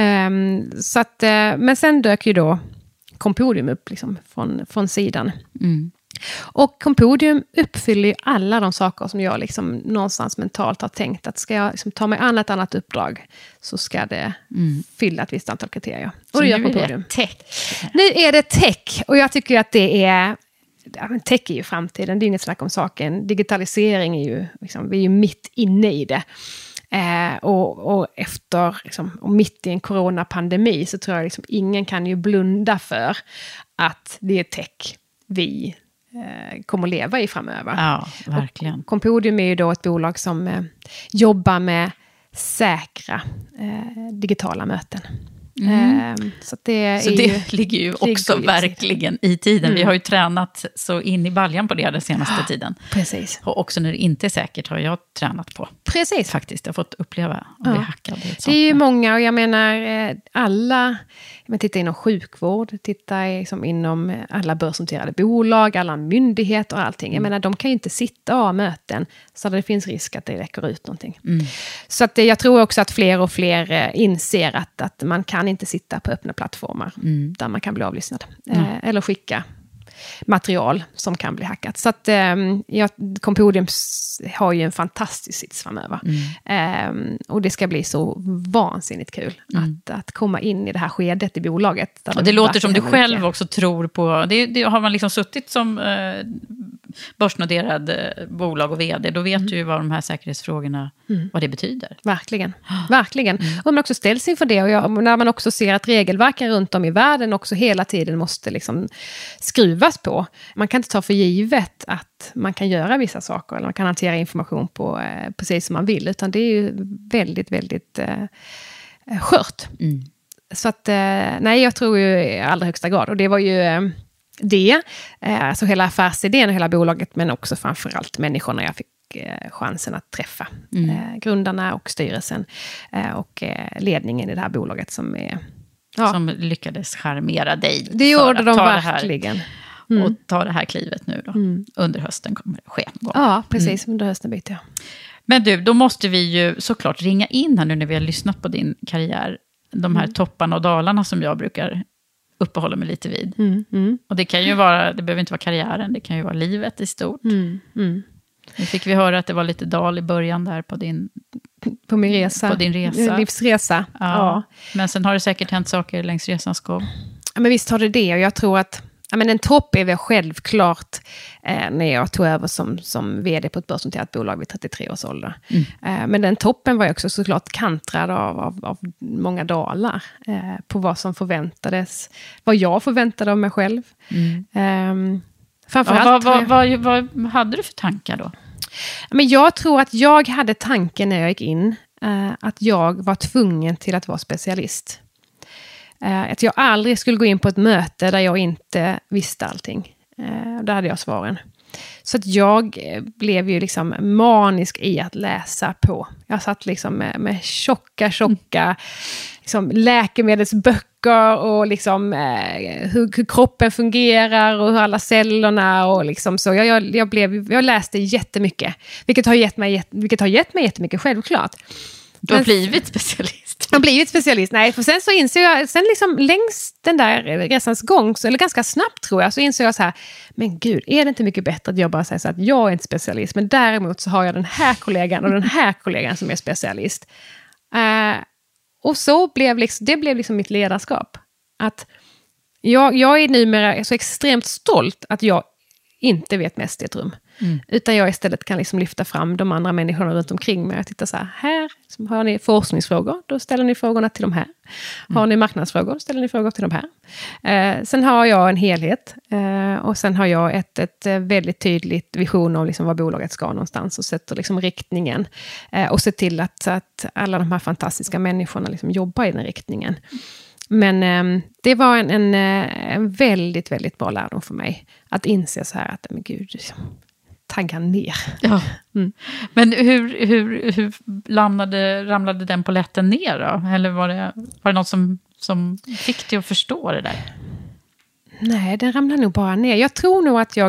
[SPEAKER 6] Så att, men sen dök ju då Compodium upp liksom från sidan. Och Compodium uppfyller ju alla de saker som jag liksom någonstans mentalt har tänkt att ska jag liksom ta mig an ett annat uppdrag så ska det fylla ett visst antal kriterier. Och det gör Compodium. Nu är det tech och jag tycker att det är tech är ju framtiden, det är inget snack om saken. Digitalisering är ju liksom, vi är ju mitt inne i det. Och efter liksom, och mitt i en coronapandemi så tror jag liksom ingen kan ju blunda för att det är tech vi kommer att leva i framöver.
[SPEAKER 5] Ja, verkligen.
[SPEAKER 6] Compodium är ju då ett bolag som jobbar med säkra digitala möten. Så det
[SPEAKER 5] ligger ju också verkligen i tiden. Vi har ju tränat så in i baljan på det den senaste tiden.
[SPEAKER 6] Precis.
[SPEAKER 5] Och också när det inte är säkert har jag tränat på.
[SPEAKER 6] Precis.
[SPEAKER 5] Faktiskt, jag har fått uppleva att bli hackad.
[SPEAKER 6] Det är ju många, och jag menar alla, man tittar inom sjukvård, tittar liksom inom alla börsnoterade bolag, alla myndigheter och allting. Jag menar, de kan ju inte sitta och ha möten så det finns risk att det räcker ut någonting. Så att jag tror också att fler och fler inser att man kan inte sitta på öppna plattformar där man kan bli avlyssnad. Eller skicka material som kan bli hackat. Så att Compodium har ju en fantastisk sits framöver. Och det ska bli så vansinnigt kul att komma in i det här skedet i bolaget.
[SPEAKER 5] Och det låter som du själv också tror på. Det har man liksom suttit som börsnoterad bolag och vd, då vet du ju vad de här säkerhetsfrågorna, vad det betyder.
[SPEAKER 6] Verkligen, verkligen. Och man också ställs inför det, och när man också ser att regelverken runt om i världen också hela tiden måste liksom skruvas på. Man kan inte ta för givet att man kan göra vissa saker, eller man kan hantera information på precis som man vill, utan det är ju väldigt, väldigt skört. Så att, nej, jag tror ju i allra högsta grad, och det var ju alltså hela affärsidén och hela bolaget, men också framförallt människorna jag fick chansen att träffa. Grundarna och styrelsen och ledningen i det här bolaget som är... Ja.
[SPEAKER 5] Som lyckades charmera dig.
[SPEAKER 6] Det gjorde de verkligen.
[SPEAKER 5] Och ta det här klivet nu då. Under hösten kommer det ske.
[SPEAKER 6] Ja, precis. Under hösten byter jag.
[SPEAKER 5] Men du, då måste vi ju såklart ringa in här nu när vi har lyssnat på din karriär. De här topparna och dalarna som jag brukar uppehålla mig lite vid. Och det kan ju vara, det behöver inte vara karriären, det kan ju vara livet i stort. Nu fick vi höra att det var lite dal i början där på din
[SPEAKER 6] resa.
[SPEAKER 5] På din resa.
[SPEAKER 6] Livsresa. Ja.
[SPEAKER 5] Men sen har det säkert hänt saker längs resans gång.
[SPEAKER 6] Ja, men visst har det det, och jag tror att en topp är väl självklart när jag tog över som vd på ett börsnoterat bolag vid 33 års ålder. Men den toppen var också såklart kantrad av många dalar på vad som förväntades, vad jag förväntade av mig själv. Framförallt,
[SPEAKER 5] vad hade du för tankar då?
[SPEAKER 6] Men jag tror att jag hade tanken när jag gick in att jag var tvungen till att vara specialist. Att jag aldrig skulle gå in på ett möte där jag inte visste allting. Där hade jag svaren. Så att jag blev ju liksom manisk i att läsa på. Jag satt liksom med tjocka liksom läkemedelsböcker och liksom hur kroppen fungerar och hur alla cellerna och liksom så. Jag läste jättemycket, vilket har gett mig jättemycket, självklart.
[SPEAKER 5] Du har blivit specialist.
[SPEAKER 6] Jag har blivit specialist, nej. För sen så inser jag, sen liksom längs den där resans gång, eller ganska snabbt tror jag, så inser jag så här, men gud, är det inte mycket bättre att jag bara säger så att jag är inte specialist, men däremot så har jag den här kollegan och den här kollegan som är specialist. Och så blev det blev liksom mitt ledarskap. Att jag är numera så extremt stolt att jag inte vet mest i ett rum. Utan jag istället kan liksom lyfta fram de andra människorna runt omkring mig och titta så här har ni forskningsfrågor, då ställer ni frågorna till de här. Har ni marknadsfrågor, då ställer ni frågor till de här. Sen har jag en helhet och sen har jag ett väldigt tydligt vision om liksom var bolaget ska någonstans och sätter liksom riktningen och ser till att alla de här fantastiska människorna liksom jobbar i den riktningen. Men det var en väldigt, väldigt bra lärdom för mig att inse så här att men gud, tagga ner.
[SPEAKER 5] Ja. Men hur ramlade den polletten ner då? Eller var det något som fick dig att förstå det där?
[SPEAKER 6] Nej, den ramlade nog bara ner. Jag tror nog att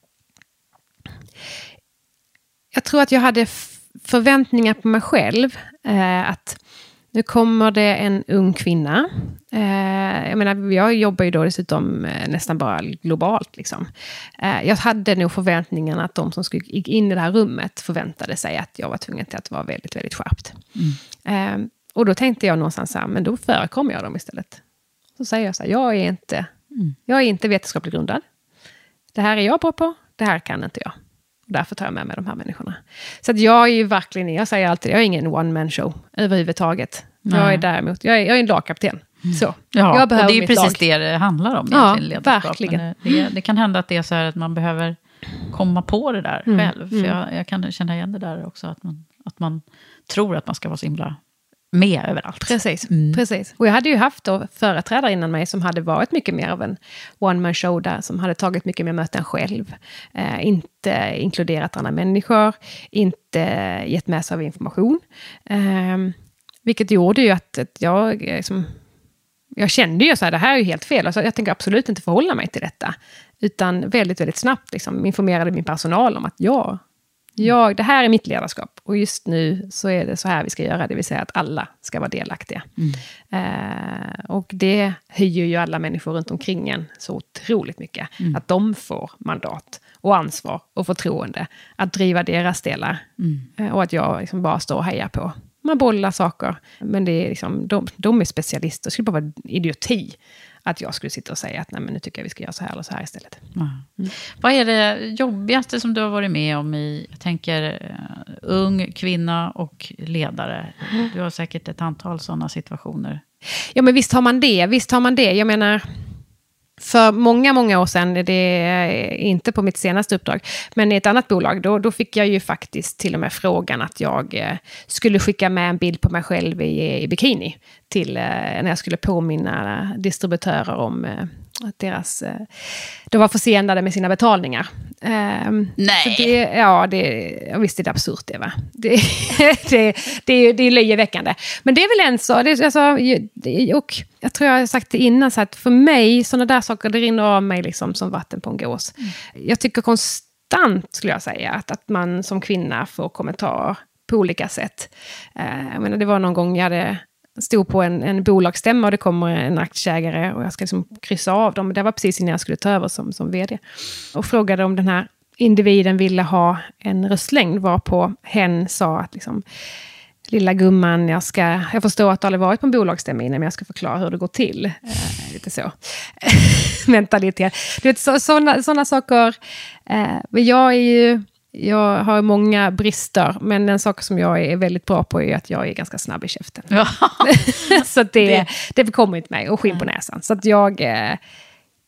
[SPEAKER 6] jag hade förväntningar på mig själv. Att nu kommer det en ung kvinna. Jag menar, jag jobbar ju då dessutom nästan bara globalt. Liksom. Jag hade nog förväntningen att de som skulle in i det här rummet förväntade sig att jag var tvungen till att vara väldigt, väldigt skärpt. Och då tänkte jag någonstans så här, men då förekommer jag dem istället. Så säger jag så här, jag är inte vetenskapligt grundad. Det här är jag bra på, det här kan inte jag. Därför tar jag med mig de här människorna. Så att jag är ju verkligen, jag säger alltid, jag är ingen one-man-show överhuvudtaget. Jag är däremot, jag är en lagkapten. Så.
[SPEAKER 5] Ja,
[SPEAKER 6] jag behöver
[SPEAKER 5] och det är precis det det handlar om.
[SPEAKER 6] Ja,
[SPEAKER 5] ledarskap.
[SPEAKER 6] verkligen.
[SPEAKER 5] Det kan hända att det är så här att man behöver komma på det där själv. För jag kan känna igen det där också, att man tror att man ska vara så himla med överallt.
[SPEAKER 6] Precis. Och jag hade ju haft då företrädare innan mig som hade varit mycket mer av en one-man show där, som hade tagit mycket mer möten själv. Inte inkluderat andra människor, inte gett med sig av information. Vilket gjorde ju att jag kände ju så här, det här är ju helt fel. Alltså, jag tänker absolut inte förhålla mig till detta. Utan väldigt, väldigt snabbt liksom, informerade min personal om att det här är mitt ledarskap. Och just nu så är det så här vi ska göra. Det vill säga att alla ska vara delaktiga. Och det höjer ju alla människor runt omkring en så otroligt mycket. Att de får mandat och ansvar och förtroende att driva deras delar. Och att jag liksom bara står och hejar på. Man bollar saker. Men det är liksom, de är specialister. Det skulle bara vara idioti att jag skulle sitta och säga att nej, men nu tycker jag vi ska göra så här eller så här istället.
[SPEAKER 5] Vad är det jobbigaste som du har varit med om jag tänker ung kvinna och ledare? Du har säkert ett antal sådana situationer.
[SPEAKER 6] Ja, men visst har man det. Jag menar, för många år sedan, det är inte på mitt senaste uppdrag, men i ett annat bolag, då fick jag ju faktiskt till och med frågan att jag skulle skicka med en bild på mig själv i bikini till när jag skulle påminna distributörer om att de var försenade med sina betalningar.
[SPEAKER 5] Nej!
[SPEAKER 6] Så visst är det absurt det, va? Det är löjeväckande. Men det är väl en så, och jag tror jag har sagt det innan, så att för mig, sådana där saker, det rinner av mig liksom som vatten på en gås. Jag tycker konstant, skulle jag säga, att man som kvinna får kommentarer på olika sätt. Jag menar, det var någon gång jag stod på en bolagsstämma och det kommer en aktieägare och jag ska liksom kryssa av dem. Det var precis innan jag skulle ta över som vd. Och frågade om den här individen ville ha en röstlängd, varpå hen sa att liksom, lilla gumman, jag förstår att du aldrig varit på en bolagsstämma innan, men jag ska förklara hur det går till. Lite så. Mentalitet. Du vet, sådana saker. Jag har många brister, men en sak som jag är väldigt bra på är att jag är ganska snabb i käften. Ja. Så det kommer inte mig och skinn på näsan. Så att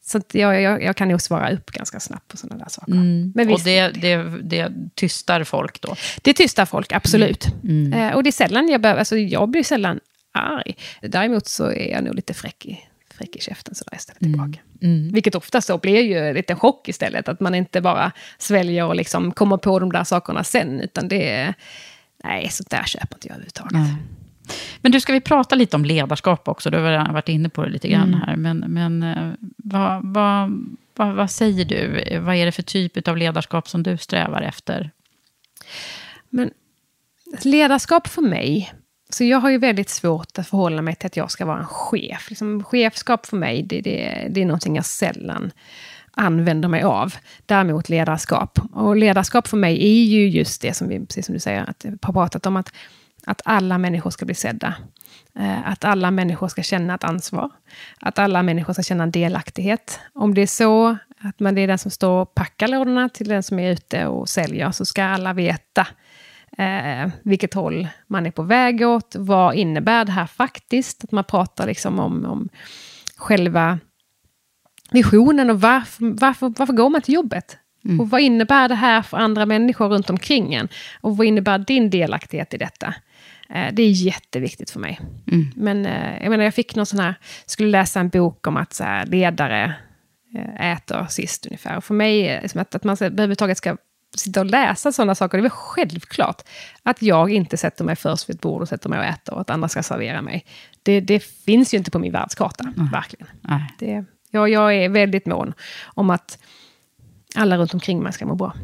[SPEAKER 6] Så att jag kan nog svara upp ganska snabbt på sådana där saker.
[SPEAKER 5] Men visst, och det tystar folk då? Det
[SPEAKER 6] tystar folk, absolut. Och det är sällan jag blir sällan arg. Däremot så är jag nog lite fräck i käften så där jag ställer tillbaka. Vilket ofta så blir ju lite chock istället. Att man inte bara sväljer och liksom kommer på de där sakerna sen. Utan det är... Nej, så där köper inte jag överhuvudtaget.
[SPEAKER 5] Men du, ska vi prata lite om ledarskap också? Du har varit inne på det lite grann här. Men vad säger du? Vad är det för typ av ledarskap som du strävar efter? Men
[SPEAKER 6] ledarskap för mig... Så jag har ju väldigt svårt att förhålla mig till att jag ska vara en chef. Liksom, chefskap för mig, det är någonting jag sällan använder mig av. Däremot ledarskap. Och ledarskap för mig är ju just det som vi, precis som du säger, att vi har pratat om, att alla människor ska bli sedda. Att alla människor ska känna ett ansvar. Att alla människor ska känna en delaktighet. Om det är så att det är den som står och packar lådorna till den som är ute och säljer, så ska alla veta vilket håll man är på väg åt. Vad innebär det här faktiskt? Att man pratar liksom om själva visionen och varför går man till jobbet? Och vad innebär det här för andra människor runt omkring en? Och vad innebär din delaktighet i detta? Det är jätteviktigt för mig. Men jag fick någon sån här, skulle läsa en bok om att så här, ledare äter sist ungefär. Och för mig är det som att man överhuvudtaget ska sitta och läsa sådana saker. Det är väl självklart att jag inte sätter mig först vid ett bord och sätter mig och äter och att andra ska servera mig. Det finns ju inte på min världskarta, verkligen. Jag är väldigt mån om att alla runt omkring mig ska må bra.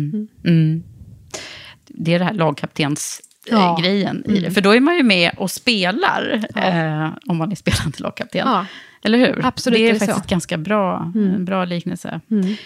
[SPEAKER 5] Det är det här lagkaptens-grejen i det. För då är man ju med och spelar om man är spelande lagkapten. Ja. Eller hur?
[SPEAKER 6] Absolut,
[SPEAKER 5] det är faktiskt ganska bra liknelse.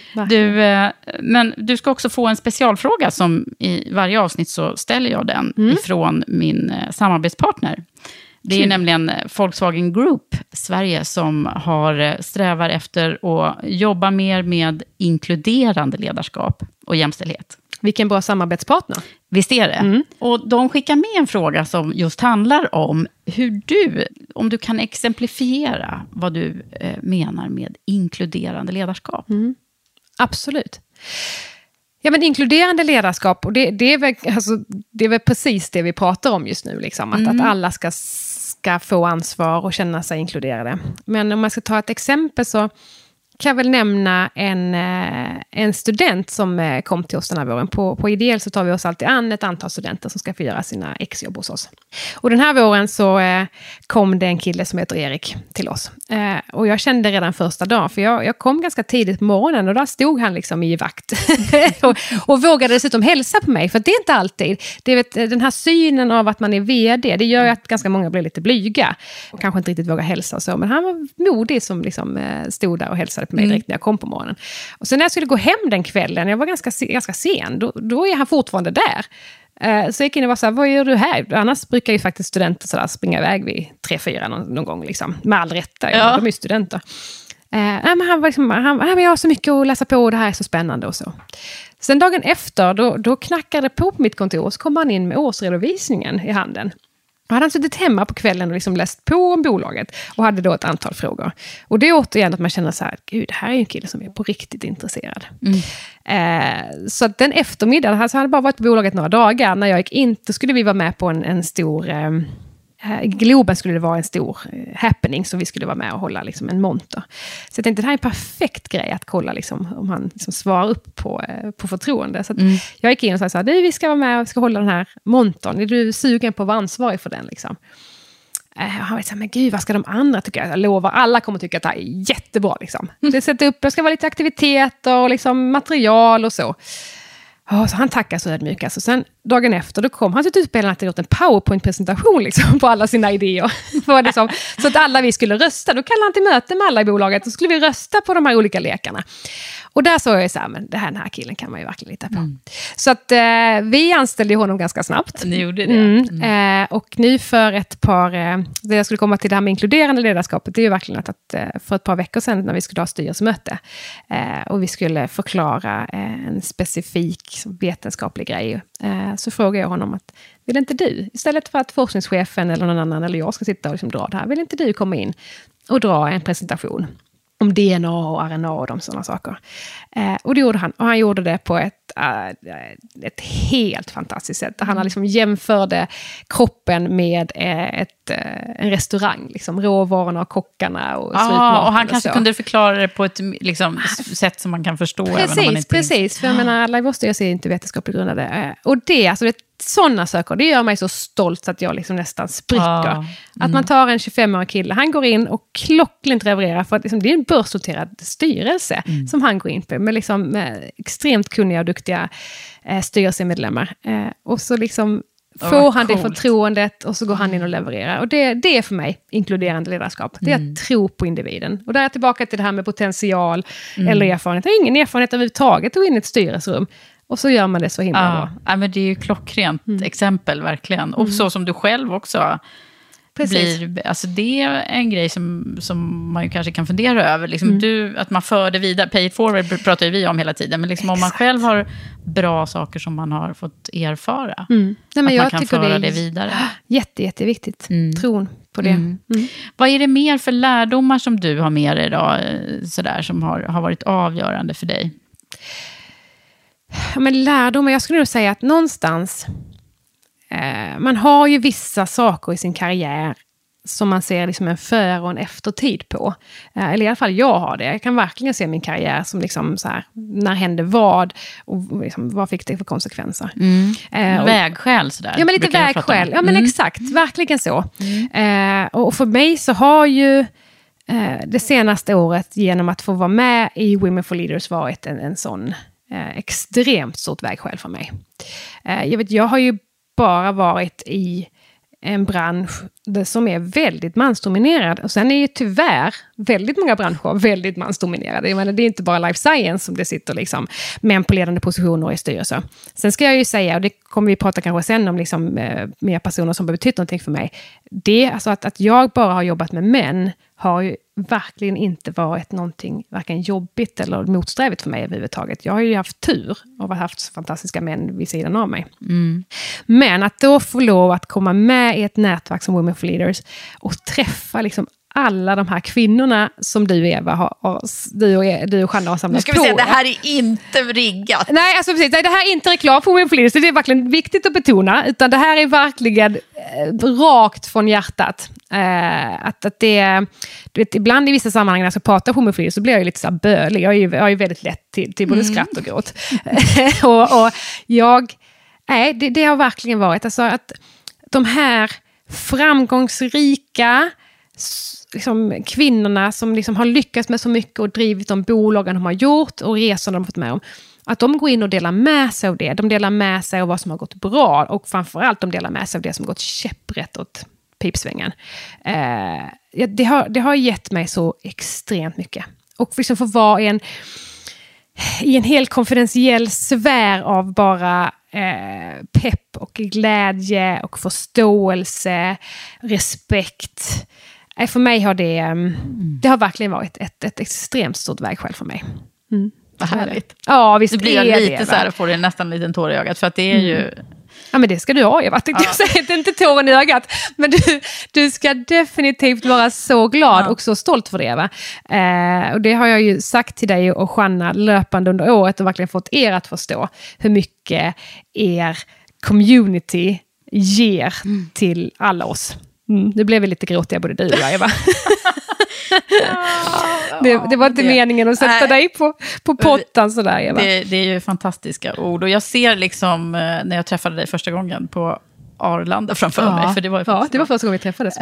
[SPEAKER 5] Men du ska också få en specialfråga som i varje avsnitt så ställer jag den ifrån min samarbetspartner. Det är nämligen Volkswagen Group Sverige som strävar efter att jobba mer med inkluderande ledarskap och jämställdhet.
[SPEAKER 6] Vilken bra samarbetspartner.
[SPEAKER 5] Visst är det. Och de skickar med en fråga som just handlar om hur om du kan exemplifiera vad du menar med inkluderande ledarskap.
[SPEAKER 6] Absolut. Ja, men inkluderande ledarskap, och det är väl precis det vi pratar om just nu. Liksom, att alla ska få ansvar och känna sig inkluderade. Men om man ska ta ett exempel så kan jag väl nämna en student som kom till oss den här våren. På Ideal så tar vi oss alltid an ett antal studenter som ska få göra sina exjobb hos oss. Och den här våren så kom det en kille som heter Erik till oss. Och jag kände redan första dagen, för jag kom ganska tidigt på morgonen och där stod han liksom i vakt. och vågade dessutom hälsa på mig, för det är inte alltid. Den här synen av att man är vd, det gör ju att ganska många blir lite blyga. Och kanske inte riktigt vågar hälsa och så. Men han var modig som liksom stod där och hälsade på mig direkt när jag kom på morgonen. Och sen när jag skulle gå hem den kvällen, jag var ganska sen, då är han fortfarande där. Så jag gick in och var så här, vad gör du här? Annars brukar ju faktiskt studenter så där springa iväg vid 3-4 någon gång, liksom. Med all rätta, de är ju studenter. Men han var liksom, jag har så mycket att läsa på och det här är så spännande och så. Sen dagen efter, då knackade det på mitt kontor och så kom han in med årsredovisningen i handen. Och hade han suttit hemma på kvällen och liksom läst på om bolaget och hade då ett antal frågor. Och det är återigen att man känner så här, gud, det här är ju en kille som är på riktigt intresserad. Så att den eftermiddagen, alltså han hade bara varit på bolaget några dagar. När jag gick in, då skulle vi vara med på en stor... I Globen skulle det vara en stor happening, så vi skulle vara med och hålla liksom en monter. Så jag tänkte, det här är en perfekt grej att kolla liksom, om han liksom svarar upp på förtroende. Så att jag gick in och sa, vi ska vara med och ska hålla den här montern. Är du sugen på att vara ansvarig för den? Liksom? Han var så här, men gud, vad ska de andra tycka? Jag lovar, alla kommer tycka att det här är jättebra. Liksom. Det ska vara lite aktiviteter och liksom material och så. Så han tackar så ödmykt. Alltså. Sen dagen efter, då kom han till utbildningen att gjort en PowerPoint-presentation liksom, på alla sina idéer. Liksom, så att alla vi skulle rösta. Då kallade han till möte med alla i bolaget och så skulle vi rösta på de här olika lekarna. Och där såg jag så här, men den här killen kan man ju verkligen lita på. Så att vi anställde honom ganska snabbt.
[SPEAKER 5] Ni gjorde det.
[SPEAKER 6] Och nu för det jag skulle komma till det här med inkluderande ledarskapet, det är ju verkligen att för ett par veckor sedan när vi skulle ha styrelsemöte och vi skulle förklara en specifik vetenskaplig grej, så frågade jag honom att, vill inte du, istället för att forskningschefen eller någon annan eller jag ska sitta och liksom dra det här, vill inte du komma in och dra en presentation om DNA och RNA och de sådana saker. Och det gjorde han. Och han gjorde det på ett helt fantastiskt sätt. Han har liksom jämförde kroppen med en restaurang. Liksom, råvarorna och kockarna och slutmaten.
[SPEAKER 5] Och han kanske kunde förklara det på ett liksom, sätt som man kan förstå.
[SPEAKER 6] Precis. För jag menar, alla är inte vetenskapligt grundade. Och det, sådana saker, det gör mig så stolt att jag liksom nästan spricker. Att man tar en 25-årig kille, han går in och klockrent levererar, för att liksom, det är en börsnoterad styrelse som han går in på, med liksom extremt kunniga och duktiga styrelsemedlemmar. Och så liksom får han det förtroendet och så går han in och levererar. Och det är för mig inkluderande ledarskap. Det är att tro på individen. Och där är jag tillbaka till det här med potential eller erfarenhet. Jag har ingen erfarenhet överhuvudtaget att gå in i ett styrelserum. Och så gör man det så himla bra.
[SPEAKER 5] Ja, men det är ju klockrent exempel verkligen. Och så som du själv också blir. Alltså det är en grej som man ju kanske kan fundera över. Liksom att man för det vidare. Pay it forward pratar ju vi om hela tiden. Men liksom om man själv har bra saker som man har fått erfara. Nej, men att man kan föra det vidare.
[SPEAKER 6] Jätteviktigt. Tron på det.
[SPEAKER 5] Vad är det mer för lärdomar som du har med dig idag? Sådär, som har varit avgörande för dig?
[SPEAKER 6] Ja, men lärdomar, jag skulle nog säga att någonstans man har ju vissa saker i sin karriär som man ser liksom en före- och en eftertid på. Eller i alla fall jag har det. Jag kan verkligen se min karriär som liksom så här, när hände vad och liksom, vad fick det för konsekvenser.
[SPEAKER 5] Vägskäl sådär.
[SPEAKER 6] Ja, men lite vägskäl. Ja, men exakt. Verkligen så. Och för mig så har ju det senaste året genom att få vara med i Women for Leaders varit en sån extremt stort vägskäl för mig. Jag har ju bara varit i en bransch som är väldigt mansdominerad. Och sen är ju tyvärr väldigt många branscher väldigt mansdominerade. Jag menar, det är inte bara life science som det sitter liksom män på ledande positioner i styrelser. Sen ska jag ju säga, och det kommer vi prata kanske sen om liksom, mer personer som har betytt någonting för mig. Det, alltså att jag bara har jobbat med män har ju verkligen inte varit någonting varken jobbigt eller motsträvigt för mig överhuvudtaget. Jag har ju haft tur och haft fantastiska män vid sidan av mig. Men att då få lov att komma med i ett nätverk som Women for Leaders och träffa liksom alla de här kvinnorna som du, Eva, du och Janna har samlat på.
[SPEAKER 5] Nu ska vi säga, det här är inte riggat.
[SPEAKER 6] Nej, alltså precis. Det här är inte reklam för Women for Leaders. Det är verkligen viktigt att betona. Utan det här är verkligen rakt från hjärtat. Att det, du vet, ibland i vissa sammanhang när jag ska prata om Women for Leaders så blir jag ju lite så här bölig. Jag är ju väldigt lätt till både skratt och gråt. Det har verkligen varit alltså att de här framgångsrika liksom, kvinnorna som liksom har lyckats med så mycket och drivit de bolagen de har gjort och resorna de har fått med om, att de går in och delar med sig av det. De delar med sig av vad som har gått bra och framförallt de delar med sig av det som har gått käpprätt åt pipsvängen. Det har gett mig så extremt mycket. Och liksom få vara i en helt konfidentiell sfär av bara pepp och glädje och förståelse, respekt. För mig har det har verkligen varit ett extremt stort vägskäl för mig.
[SPEAKER 5] Vad härligt.
[SPEAKER 6] Ja, visst
[SPEAKER 5] det blir lite så här, får det nästan en liten tår i ögat, för att det är ju...
[SPEAKER 6] Ja, men det ska du ha, Eva. Jag säger inte tåren i ögat. Men du ska definitivt vara så glad och så stolt för det, Eva. Och det har jag ju sagt till dig och Janna löpande under året och verkligen fått er att förstå hur mycket er community ger till alla oss. Nu blev vi lite gråtiga både du och jag, Eva. Det var inte meningen att sätta dig på pottan sådär, Eva.
[SPEAKER 5] Det är ju fantastiska ord. Och jag ser liksom när jag träffade dig första gången på Arlanda framför mig. För det var ju
[SPEAKER 6] det var första gången vi träffades.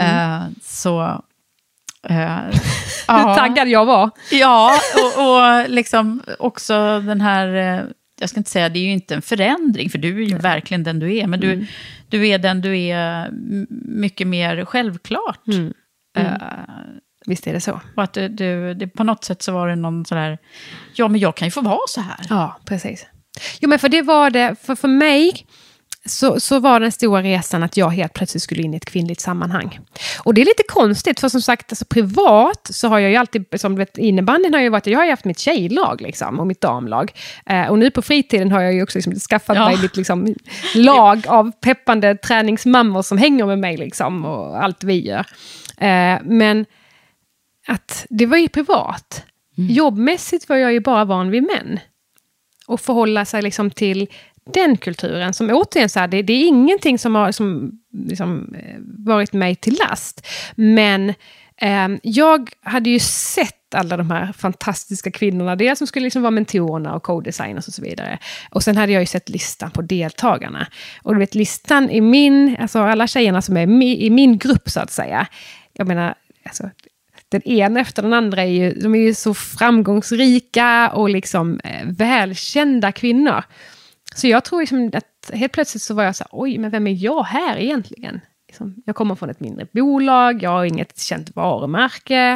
[SPEAKER 5] Hur
[SPEAKER 6] taggad jag var.
[SPEAKER 5] Ja, och liksom också den här... Jag ska inte säga, det är ju inte en förändring, för du är ju verkligen den du är. Men du är den du är mycket mer självklart.
[SPEAKER 6] Visst är det så.
[SPEAKER 5] Och att det på något sätt så var det någon sådär, ja men jag kan ju få vara så här.
[SPEAKER 6] Ja, precis. Jo, men för det var det, för mig så var den stora resan att jag helt plötsligt skulle in i ett kvinnligt sammanhang. Och det är lite konstigt, för som sagt, alltså privat så har jag ju alltid, som du vet, innebandyn har ju varit, jag har ju haft mitt tjejlag liksom, och mitt damlag. Och nu på fritiden har jag ju också liksom skaffat mig mitt liksom, lag av peppande träningsmammor som hänger med mig liksom, och allt vi gör. Men att det var ju privat. jobbmässigt var jag ju bara van vid män. Och förhålla sig liksom till den kulturen som återigen så här, det är ingenting som har liksom, varit mig till last. Men jag hade ju sett alla de här fantastiska kvinnorna, det som skulle liksom vara mentorerna och co-designers och så vidare. Och sen hade jag ju sett listan på deltagarna. Och du vet, listan i alltså alla tjejerna som är i min grupp så att säga. Jag menar, alltså, den ena efter den andra de är ju så framgångsrika och liksom välkända kvinnor. Så jag tror liksom att helt plötsligt så var jag så här, oj, men vem är jag här egentligen? Liksom, jag kommer från ett mindre bolag, jag har inget känt varumärke.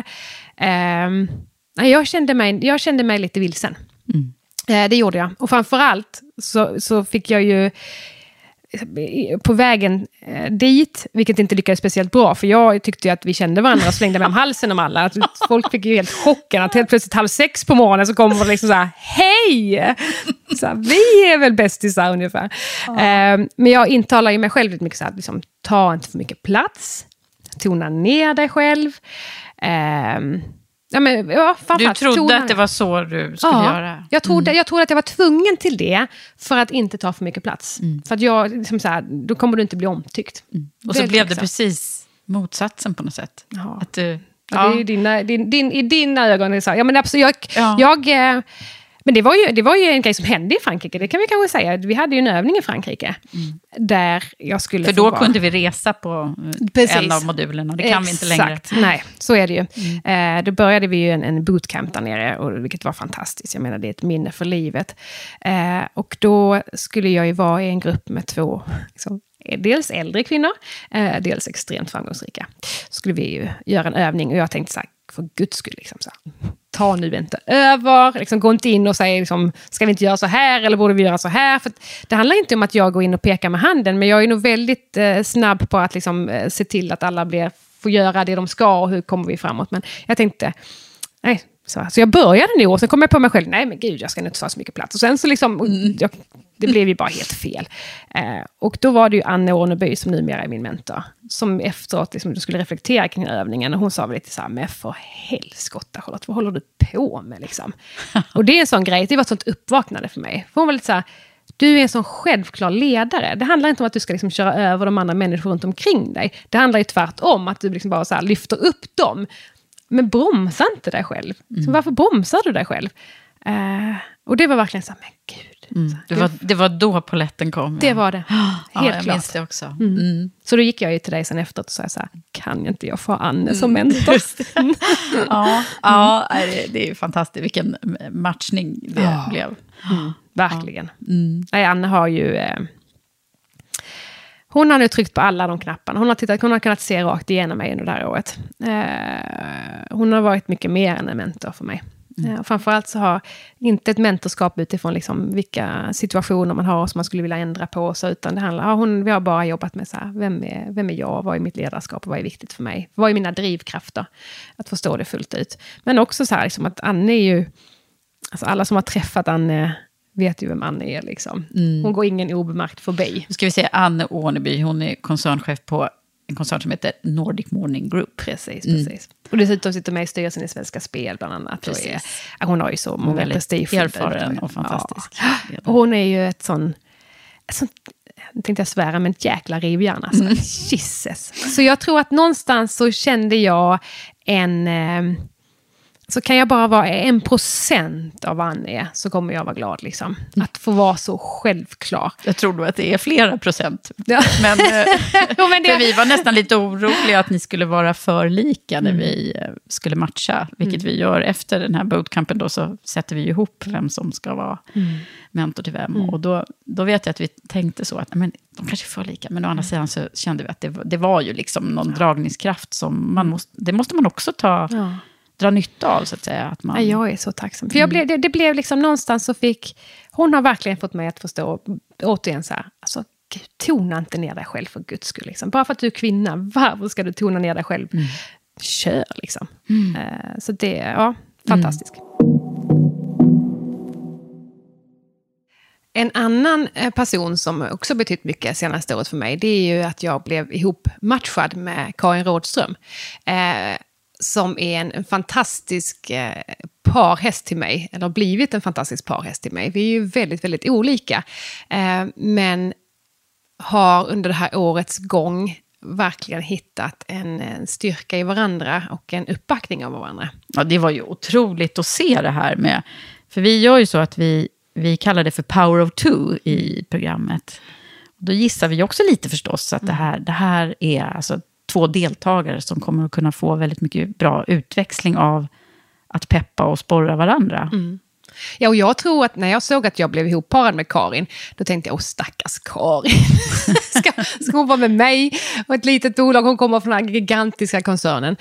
[SPEAKER 6] Jag kände mig lite vilsen. Det gjorde jag. Och framförallt så fick jag ju på vägen dit, vilket inte lyckades speciellt bra, för jag tyckte ju att vi kände varandra och slängde med om halsen om alla. Att folk fick ju helt chocken att helt plötsligt 5:30 på morgonen så kommer det liksom så här, hej! Så här, vi är väl bästisar ungefär. Men jag intalar ju mig själv lite mycket så här, liksom, ta inte för mycket plats, tona ner dig själv.
[SPEAKER 5] Du trodde att det var så du skulle göra?
[SPEAKER 6] Jag trodde att jag var tvungen till det för att inte ta för mycket plats. För att jag, liksom så här, då kommer du inte bli omtyckt.
[SPEAKER 5] Och så blev det precis motsatsen på något sätt.
[SPEAKER 6] Ja.
[SPEAKER 5] Att du,
[SPEAKER 6] det är i dina ögon. Är så här, ja, men absolut, men det var ju en grej som hände i Frankrike. Det kan vi kanske säga. Vi hade ju en övning i Frankrike. Där jag skulle
[SPEAKER 5] för då kunde vi resa på en av modulerna. Det kan vi inte längre.
[SPEAKER 6] Nej, så är det ju. Då började vi ju en bootcamp där nere. Vilket var fantastiskt. Jag menar, det är ett minne för livet. Och då skulle jag ju vara i en grupp med 2... liksom, dels äldre kvinnor, dels extremt framgångsrika. Så skulle vi ju göra en övning. Och jag tänkte så här, för guds skull, liksom så här, ta nu inte över, liksom, gå inte in och säga liksom, ska vi inte göra så här eller borde vi göra så här, för det handlar inte om att jag går in och pekar med handen, men jag är nog väldigt snabb på att liksom, se till att alla får göra det de ska och hur kommer vi framåt, men jag tänkte, nej, så jag började nu och sen kom jag på mig själv, nej men gud, jag ska inte ta så mycket plats, och sen så liksom, det blev ju bara helt fel. Och då var det ju Anne Orneby som numera är min mentor, som efteråt liksom, du skulle reflektera kring övningen, och hon sa väl lite så här, men för helskotta Charlotte, vad håller du på med liksom? Och det är en sån grej, det var ett sånt uppvaknande för mig. För hon var lite så här, du är en sån självklar ledare. Det handlar inte om att du ska liksom köra över de andra människor runt omkring dig. Det handlar ju tvärtom att du liksom bara så här, lyfter upp dem. Men bromsa inte dig själv. Så varför bromsar du dig själv? Och det var verkligen så här, men gud.
[SPEAKER 5] Det var då polletten kom.
[SPEAKER 6] Det var det. Helt
[SPEAKER 5] jag
[SPEAKER 6] klart.
[SPEAKER 5] minns det också.
[SPEAKER 6] Så då gick jag ju till dig sen efteråt och sa så här, kan inte jag få Anne som mentor?
[SPEAKER 5] Det är ju fantastiskt. Vilken matchning det blev.
[SPEAKER 6] Verkligen. Nej, Anne har ju... hon har nu tryckt på alla de knapparna. Hon har kunnat se rakt igenom mig under det här året. Hon har varit mycket mer än en mentor för mig. Och framförallt så har inte ett mentorskap utifrån liksom vilka situationer man har som man skulle vilja ändra på. Så, utan det handlar, vi har bara jobbat med så här, vem är jag? Vad är mitt ledarskap? Vad är viktigt för mig? Vad är mina drivkrafter? Att förstå det fullt ut. Men också så här liksom att Anne är ju... Alltså alla som har träffat Anne... vet ju vem Anne är liksom. Hon går ingen obemärkt förbi.
[SPEAKER 5] Nu ska vi se, Anne Orneby, hon är koncernchef på en koncern som heter Nordic Morning Group.
[SPEAKER 6] Precis. Och dessutom sitter med i styrelsen i Svenska Spel bland annat. Hon har ju så många prestige.
[SPEAKER 5] Erfaren och fantastisk.
[SPEAKER 6] Ja. Och hon är ju ett sån tänkte jag svära, men ett jäkla rivjärn. Alltså. Jesus. Så jag tror att någonstans så kände jag så kan jag bara vara 1% av vad Anne är, så kommer jag vara glad liksom. Att få vara så självklar.
[SPEAKER 5] Jag tror då att det är flera procent. Ja. Men för vi var nästan lite oroliga att ni skulle vara för lika när vi skulle matcha. Vilket vi gör efter den här bootcampen då, så sätter vi ihop vem som ska vara mentor till vem. Och då vet jag att vi tänkte så att men, de kanske är för lika. Men å andra sidan så kände vi att det var ju liksom någon dragningskraft som det måste man också dra nytta av, så att säga. Att man...
[SPEAKER 6] Jag är så tacksam. För det blev liksom någonstans så hon har verkligen fått mig att förstå, återigen så här, alltså, tona inte ner dig själv för Guds skull. Liksom. Bara för att du är kvinna, varför ska du tona ner dig själv? Kör liksom. Så det, fantastiskt. En annan person som också betytt mycket senaste året för mig, det är ju att jag blev ihopmatchad med Karin Rådström. Som är en fantastisk parhäst till mig, eller blivit en fantastisk parhäst till mig. Vi är ju väldigt, väldigt olika, men har under det här årets gång verkligen hittat en styrka i varandra och en uppbackning av varandra.
[SPEAKER 5] Ja, det var ju otroligt att se det här med, för vi gör ju så att vi kallar det för Power of Two i programmet. Då gissar vi också lite förstås att det här är alltså 2 deltagare som kommer att kunna få väldigt mycket bra utväxling av att peppa och sporra varandra.
[SPEAKER 6] Ja, och jag tror att när jag såg att jag blev ihopparad med Karin, då tänkte jag, stackars Karin. ska hon vara med mig och ett litet bolag? Hon kommer från den gigantiska koncernen.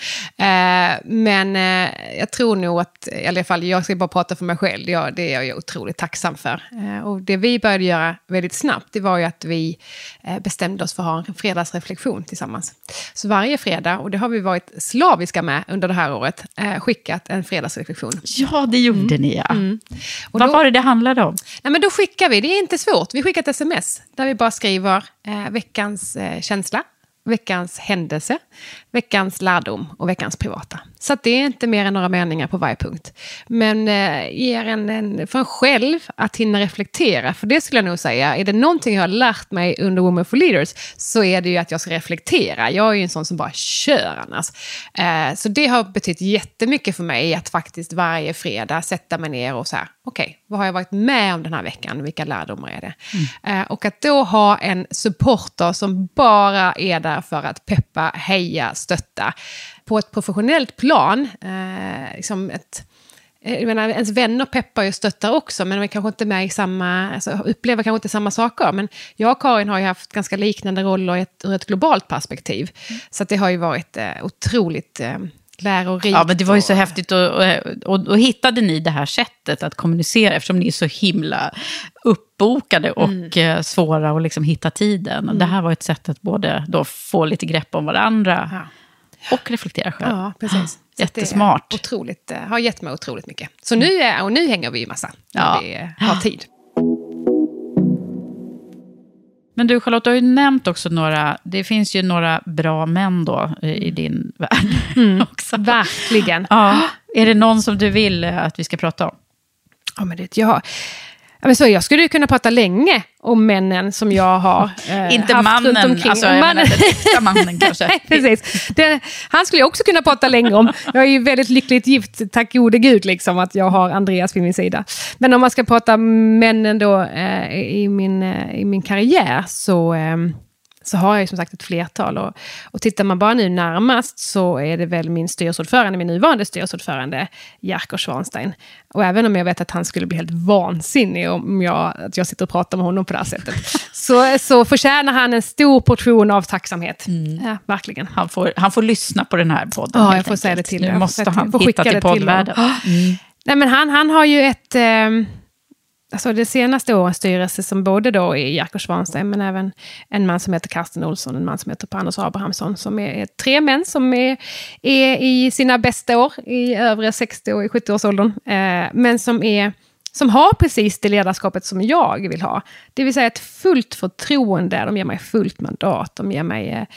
[SPEAKER 6] Men jag tror nog att, i alla fall, jag ska bara prata för mig själv. Det är jag otroligt tacksam för. Och det vi började göra väldigt snabbt, det var ju att vi bestämde oss för att ha en fredagsreflektion tillsammans. Så varje fredag, och det har vi varit slaviska med under det här året, skickat en fredagsreflektion.
[SPEAKER 5] Ja, det gjorde ni, ja. Och vad var det handlade om?
[SPEAKER 6] Nej, men då skickar vi, det är inte svårt, vi skickar ett sms där vi bara skriver veckans känsla, veckans händelse, veckans lärdom och veckans privata. Så att det är inte mer än några meningar på varje punkt. Men ger för en själv att hinna reflektera. För det skulle jag nog säga, är det någonting jag har lärt mig under Women for Leaders, så är det ju att jag ska reflektera. Jag är ju en sån som bara kör annars. Så det har betytt jättemycket för mig att faktiskt varje fredag sätta mig ner och så här, okej, vad har jag varit med om den här veckan? Vilka lärdomar är det? Och att då ha en supporter som bara är där för att peppa, heja, stötta på ett professionellt plan. Liksom jag menar, ens vänner peppar och stöttar också, men de är kanske inte med i samma, alltså, upplever kanske inte samma saker. Men jag och Karin har ju haft ganska liknande roller ur ett globalt perspektiv. Så att det har ju varit otroligt lärorikt. Ja,
[SPEAKER 5] men det var ju så häftigt. Och hittade ni det här sättet att kommunicera, eftersom ni är så himla uppbokade och svåra att liksom hitta tiden. Och det här var ett sätt att både då få lite grepp om varandra och reflektera själv.
[SPEAKER 6] Ja, precis.
[SPEAKER 5] Jättesmart.
[SPEAKER 6] Otroligt, har gett mig otroligt mycket. Så nu hänger vi ju massa när vi har tid.
[SPEAKER 5] Men du, Charlotte, har ju nämnt också det finns ju några bra män då i din värld också.
[SPEAKER 6] Verkligen.
[SPEAKER 5] Ja. Är det någon som du vill att vi ska prata om?
[SPEAKER 6] Ja, men jag skulle ju kunna prata länge om männen som jag har
[SPEAKER 5] inte
[SPEAKER 6] haft
[SPEAKER 5] mannen,
[SPEAKER 6] runt omkring.
[SPEAKER 5] alltså jag menar den äkta mannen kanske.
[SPEAKER 6] Nej, precis. Han skulle jag också kunna prata länge om. Jag är ju väldigt lyckligt gift, tack gode Gud, liksom, att jag har Andreas vid min sida. Men om man ska prata männen då i min karriär så har jag ju som sagt ett flertal. Och tittar man bara nu närmast så är det väl min nuvarande styrelseordförande, Jerker Svanstein. Och även om jag vet att han skulle bli helt vansinnig att jag sitter och pratar med honom på det här sättet, så förtjänar han en stor portion av tacksamhet. Ja, verkligen.
[SPEAKER 5] Han får lyssna på den här podden.
[SPEAKER 6] Ja, jag får säga det till.
[SPEAKER 5] Nu måste han hitta till poddvärlden.
[SPEAKER 6] Nej, men han har ju alltså det senaste årens styrelse som både då är Jerker Svanstein, men även en man som heter Karsten Olsson, en man som heter Anders Abrahamsson, som är 3 män som är i sina bästa år, i övre 60 och i 70-årsåldern, men som har precis det ledarskapet som jag vill ha. Det vill säga ett fullt förtroende, de ger mig fullt mandat, de ger mig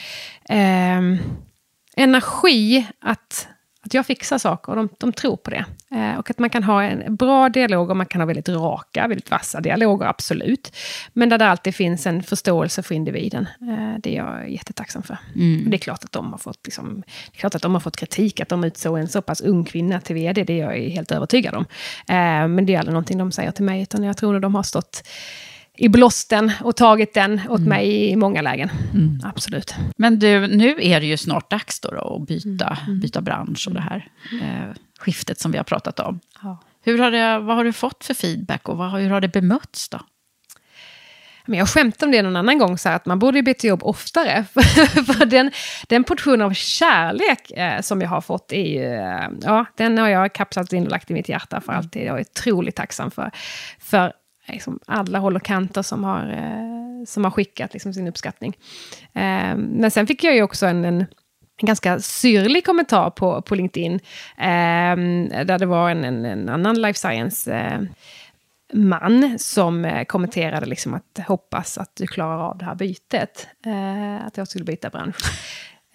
[SPEAKER 6] energi att jag fixar saker, och de tror på det. Och att man kan ha en bra dialog, och man kan ha väldigt raka, väldigt vassa dialoger, absolut. Men där det alltid finns en förståelse för individen. Det är jag jättetacksam för. Och det är klart att de har fått kritik, att de utsåg en så pass ung kvinna till vd. Det är jag helt övertygad om. Men det är aldrig någonting de säger till mig, utan jag tror att de har stått i blåsten och tagit den åt mig i många lägen. Absolut.
[SPEAKER 5] Men du, nu är det ju snart dags då att byta bransch och det här skiftet som vi har pratat om.
[SPEAKER 6] Ja.
[SPEAKER 5] Vad har du fått för feedback och hur har det bemötts då?
[SPEAKER 6] Men jag skämtade om det någon annan gång, så att man borde byta jobb oftare. För den portion av kärlek som jag har fått är ju, den har jag kapslat in och lagt i mitt hjärta för alltid. Jag är otroligt tacksam för liksom alla håll och kanter som har skickat liksom sin uppskattning. Men sen fick jag ju också en ganska syrlig kommentar på LinkedIn, där det var en annan life science man som kommenterade liksom att hoppas att du klarar av det här bytet, att jag skulle byta bransch.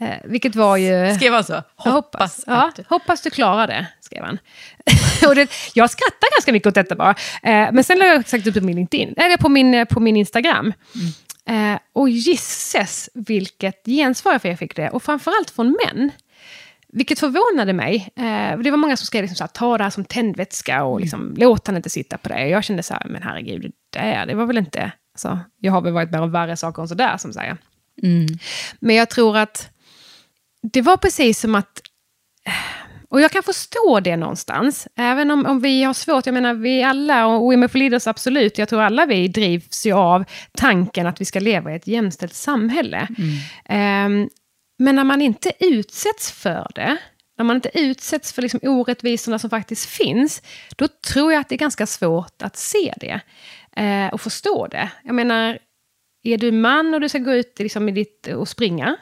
[SPEAKER 6] Vilket var ju...
[SPEAKER 5] Skrev han så?
[SPEAKER 6] Hoppas du klarar det, skrev han. Och jag skrattar ganska mycket åt detta bara. Men sen la jag sagt upp på min LinkedIn, eller på min Instagram. Och gisses vilket gensvar jag fick det. Och framförallt från män. Vilket förvånade mig. Det var många som skrev liksom så här, ta det här som tändvätska och liksom, låt han inte sitta på det. Och jag kände så här, men herregud, det var väl inte... Alltså, jag har väl varit med om värre saker än sådär, som säger. Men jag tror att det var precis som att... Och jag kan förstå det någonstans. Även om vi har svårt, jag menar vi alla, och Women for Leaders absolut, jag tror alla vi drivs ju av tanken att vi ska leva i ett jämställt samhälle. Men när man inte utsätts för det, när man inte utsätts för liksom orättvisorna som faktiskt finns, då tror jag att det är ganska svårt att se det och förstå det. Jag menar, är du man och du ska gå ut liksom och springa,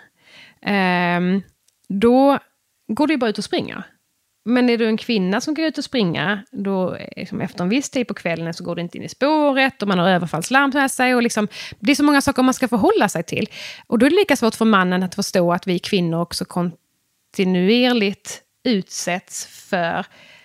[SPEAKER 6] då går du bara ut och springer. Men är du en kvinna som går ut och springa, då liksom, efter en viss tid på kvällen så går du inte in i spåret och man har överfallslarm med sig. Och liksom, det är så många saker man ska förhålla sig till. Och då är det lika svårt för mannen att förstå att vi kvinnor också kontinuerligt utsätts för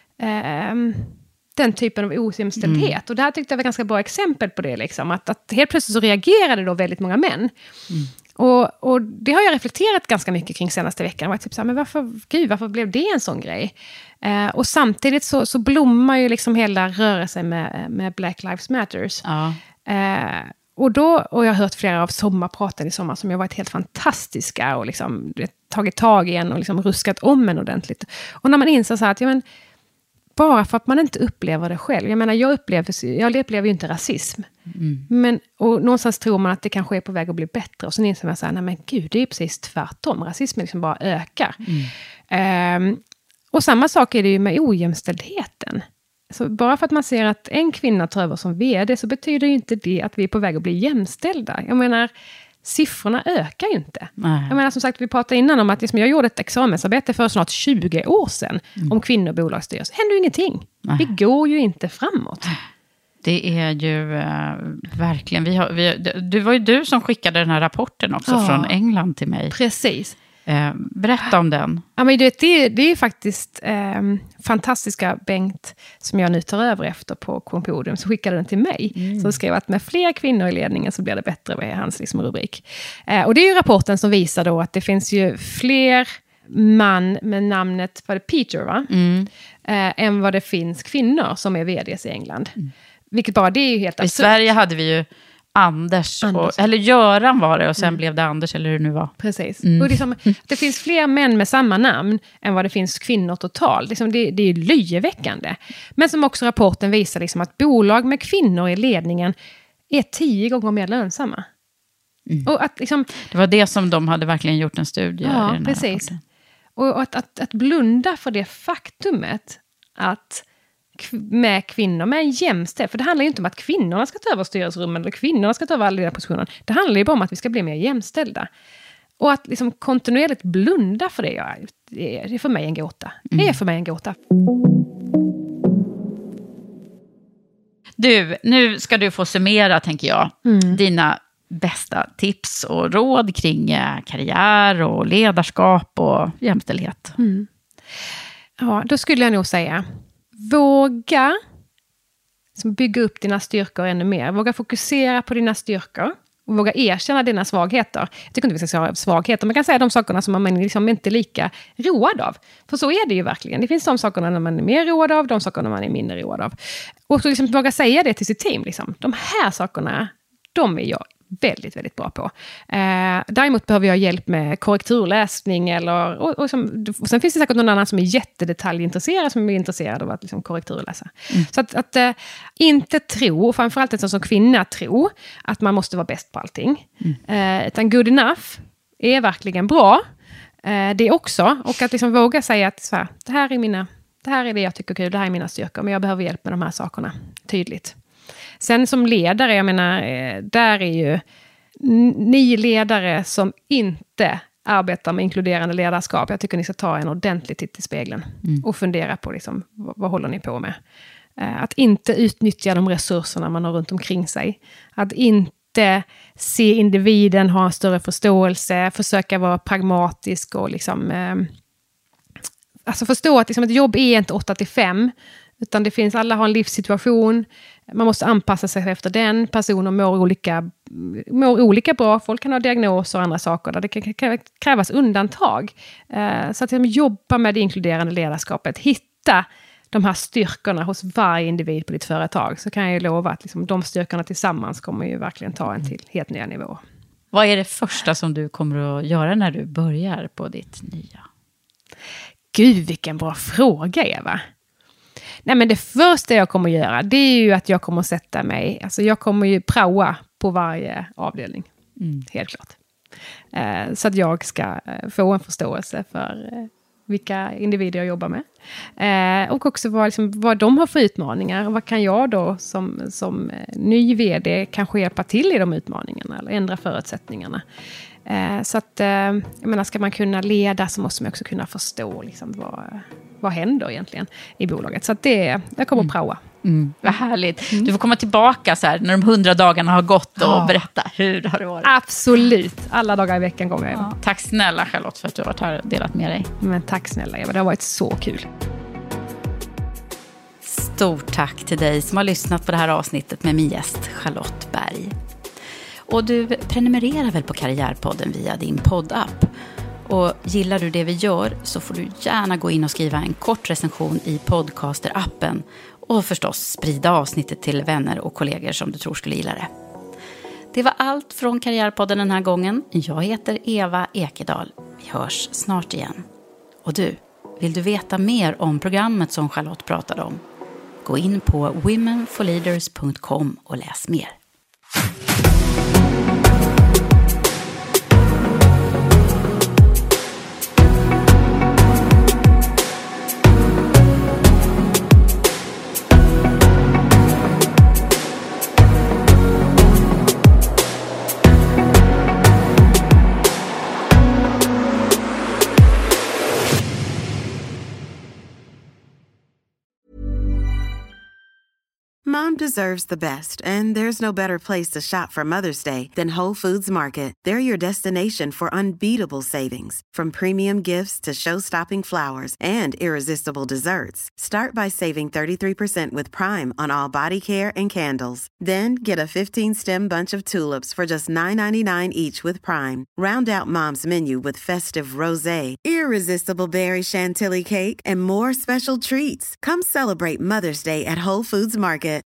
[SPEAKER 6] den typen av ojämställdhet. Och det här tyckte jag var ganska bra exempel på det. Liksom, att helt plötsligt så reagerade då väldigt många män. Och det har jag reflekterat ganska mycket kring senaste veckan. Jag var typ så här, men varför blev det en sån grej? Och samtidigt så blommar ju liksom hela rörelsen med Black Lives Matters. Ja. Och jag har hört flera av sommarpraten i sommar som har varit helt fantastiska och liksom tagit tag i en och liksom ruskat om en ordentligt. Och när man inser så här att bara för att man inte upplever det själv. Jag menar, jag upplever ju inte rasism. Och någonstans tror man att det kanske är på väg att bli bättre. Och så inser man så här, nej men gud, det är precis tvärtom. Rasismen liksom bara ökar. Och samma sak är det ju med ojämställdheten. Så bara för att man ser att en kvinna tar över som vd, så betyder ju inte det att vi är på väg att bli jämställda. Jag menar, siffrorna ökar ju inte. Jag menar, som sagt, vi pratade innan om att liksom, jag gjorde ett examensarbete för snart 20 år sedan om kvinnor och bolagsstyrelse. Det händer ju ingenting. Vi går ju inte framåt.
[SPEAKER 5] Det är ju verkligen... Det var ju du som skickade den här rapporten också från England till mig.
[SPEAKER 6] Precis.
[SPEAKER 5] Berätta om den.
[SPEAKER 6] Ja, men det är faktiskt fantastiska Bengt som jag nu tar över efter på Kompodium, så skickade den till mig. Som skrev att med fler kvinnor i ledningen så blir det bättre, vad är hans liksom rubrik. Och det är ju rapporten som visar då att det finns ju fler man med namnet Peter, va? Än vad det finns kvinnor som är vds i England. Vilket bara, det är ju helt absurt.
[SPEAKER 5] I Sverige hade vi ju Anders. Eller Göran var det, och sen blev det Anders, eller hur det nu var.
[SPEAKER 6] Precis. Och liksom, det finns fler män med samma namn än vad det finns kvinnor totalt. Liksom, det är ju löjeväckande. Men som också rapporten visar liksom, att bolag med kvinnor i ledningen är 10 gånger mer lönsamma. Och att, liksom,
[SPEAKER 5] det var det som de hade verkligen gjort en studie i den här
[SPEAKER 6] precis.
[SPEAKER 5] rapporten.
[SPEAKER 6] Och att blunda för det faktumet att med kvinnor, med en jämställd. För det handlar ju inte om att kvinnorna ska ta över styrelserummen eller kvinnorna ska ta över alla positioner. Det handlar ju bara om att vi ska bli mer jämställda. Och att liksom kontinuerligt blunda för det är för mig en gåta. Det är för mig en gåta.
[SPEAKER 5] Du, nu ska du få summera, tänker jag, dina bästa tips och råd kring karriär och ledarskap och jämställdhet.
[SPEAKER 6] Ja, då skulle jag nog säga, våga bygga upp dina styrkor ännu mer. Våga fokusera på dina styrkor. Och våga erkänna dina svagheter. Jag tycker inte vi ska säga svagheter. Man kan säga de sakerna som man liksom inte är lika road av. För så är det ju verkligen. Det finns de sakerna man är mer road av. De sakerna man är mindre road av. Och så liksom våga säga det till sitt team. Liksom. De här sakerna, de är jag väldigt, väldigt bra på. Däremot behöver jag hjälp med korrekturläsning och sen finns det säkert någon annan som är jättedetaljintresserad som är intresserad av att liksom korrekturläsa. Så att inte tro, och framförallt inte som kvinna tro att man måste vara bäst på allting. Utan good enough är verkligen bra. Det också, och att liksom våga säga att så här, det här är det jag tycker är kul, det här är mina styrkor, men jag behöver hjälp med de här sakerna tydligt. Sen som ledare, jag menar, där är ju ni ledare som inte arbetar med inkluderande ledarskap. Jag tycker ni ska ta en ordentlig titt i spegeln och fundera på liksom, vad håller ni på med. Att inte utnyttja de resurserna man har runt omkring sig. Att inte se individen, ha en större förståelse, försöka vara pragmatisk och liksom, alltså förstå att liksom ett jobb är inte 8-5, utan det finns, alla har en livssituation, man måste anpassa sig efter den, personer mår olika bra, folk kan ha diagnoser och andra saker där det kan krävas undantag. Så att jobba med det inkluderande ledarskapet, hitta de här styrkorna hos varje individ på ditt företag, så kan jag ju lova att liksom, de styrkorna tillsammans kommer ju verkligen ta en till helt nya nivå.
[SPEAKER 5] Vad är det första som du kommer att göra när du börjar på ditt nya?
[SPEAKER 6] Gud, vilken bra fråga, Eva. Nej, men det första jag kommer att göra, det är ju att jag kommer att sätta mig, alltså jag kommer ju praoa på varje avdelning, helt klart. Så att jag ska få en förståelse för vilka individer jag jobbar med. Och också vad de har för utmaningar. Och vad kan jag då som ny vd kanske hjälpa till i de utmaningarna eller ändra förutsättningarna. Så att, jag menar, ska man kunna leda så måste man också kunna förstå liksom, vad händer egentligen i bolaget. Så att jag kommer att praoa.
[SPEAKER 5] Vad härligt. Du får komma tillbaka så här, när de 100 dagarna har gått och berätta hur har det varit.
[SPEAKER 6] Absolut. Alla dagar i veckan kommer jag.
[SPEAKER 5] Tack snälla Charlotte för att du har varit här och delat med dig.
[SPEAKER 6] Men tack snälla Eva, det har varit så kul.
[SPEAKER 5] Stort tack till dig som har lyssnat på det här avsnittet med min gäst Charlotte Berg. Och du prenumererar väl på Karriärpodden via din poddapp. Och gillar du det vi gör så får du gärna gå in och skriva en kort recension i Podcaster-appen. Och förstås sprida avsnittet till vänner och kollegor som du tror skulle gilla det. Det var allt från Karriärpodden den här gången. Jag heter Eva Ekedal. Vi hörs snart igen. Och du, vill du veta mer om programmet som Charlotte pratade om? Gå in på womenforleaders.com och läs mer.
[SPEAKER 11] Mom deserves the best, and there's no better place to shop for Mother's Day than Whole Foods Market. They're your destination for unbeatable savings, from premium gifts to show-stopping flowers and irresistible desserts. Start by saving 33% with Prime on all body care and candles. Then get a 15-stem bunch of tulips for just $9.99 each with Prime. Round out Mom's menu with festive rosé, irresistible berry chantilly cake, and more special treats. Come celebrate Mother's Day at Whole Foods Market.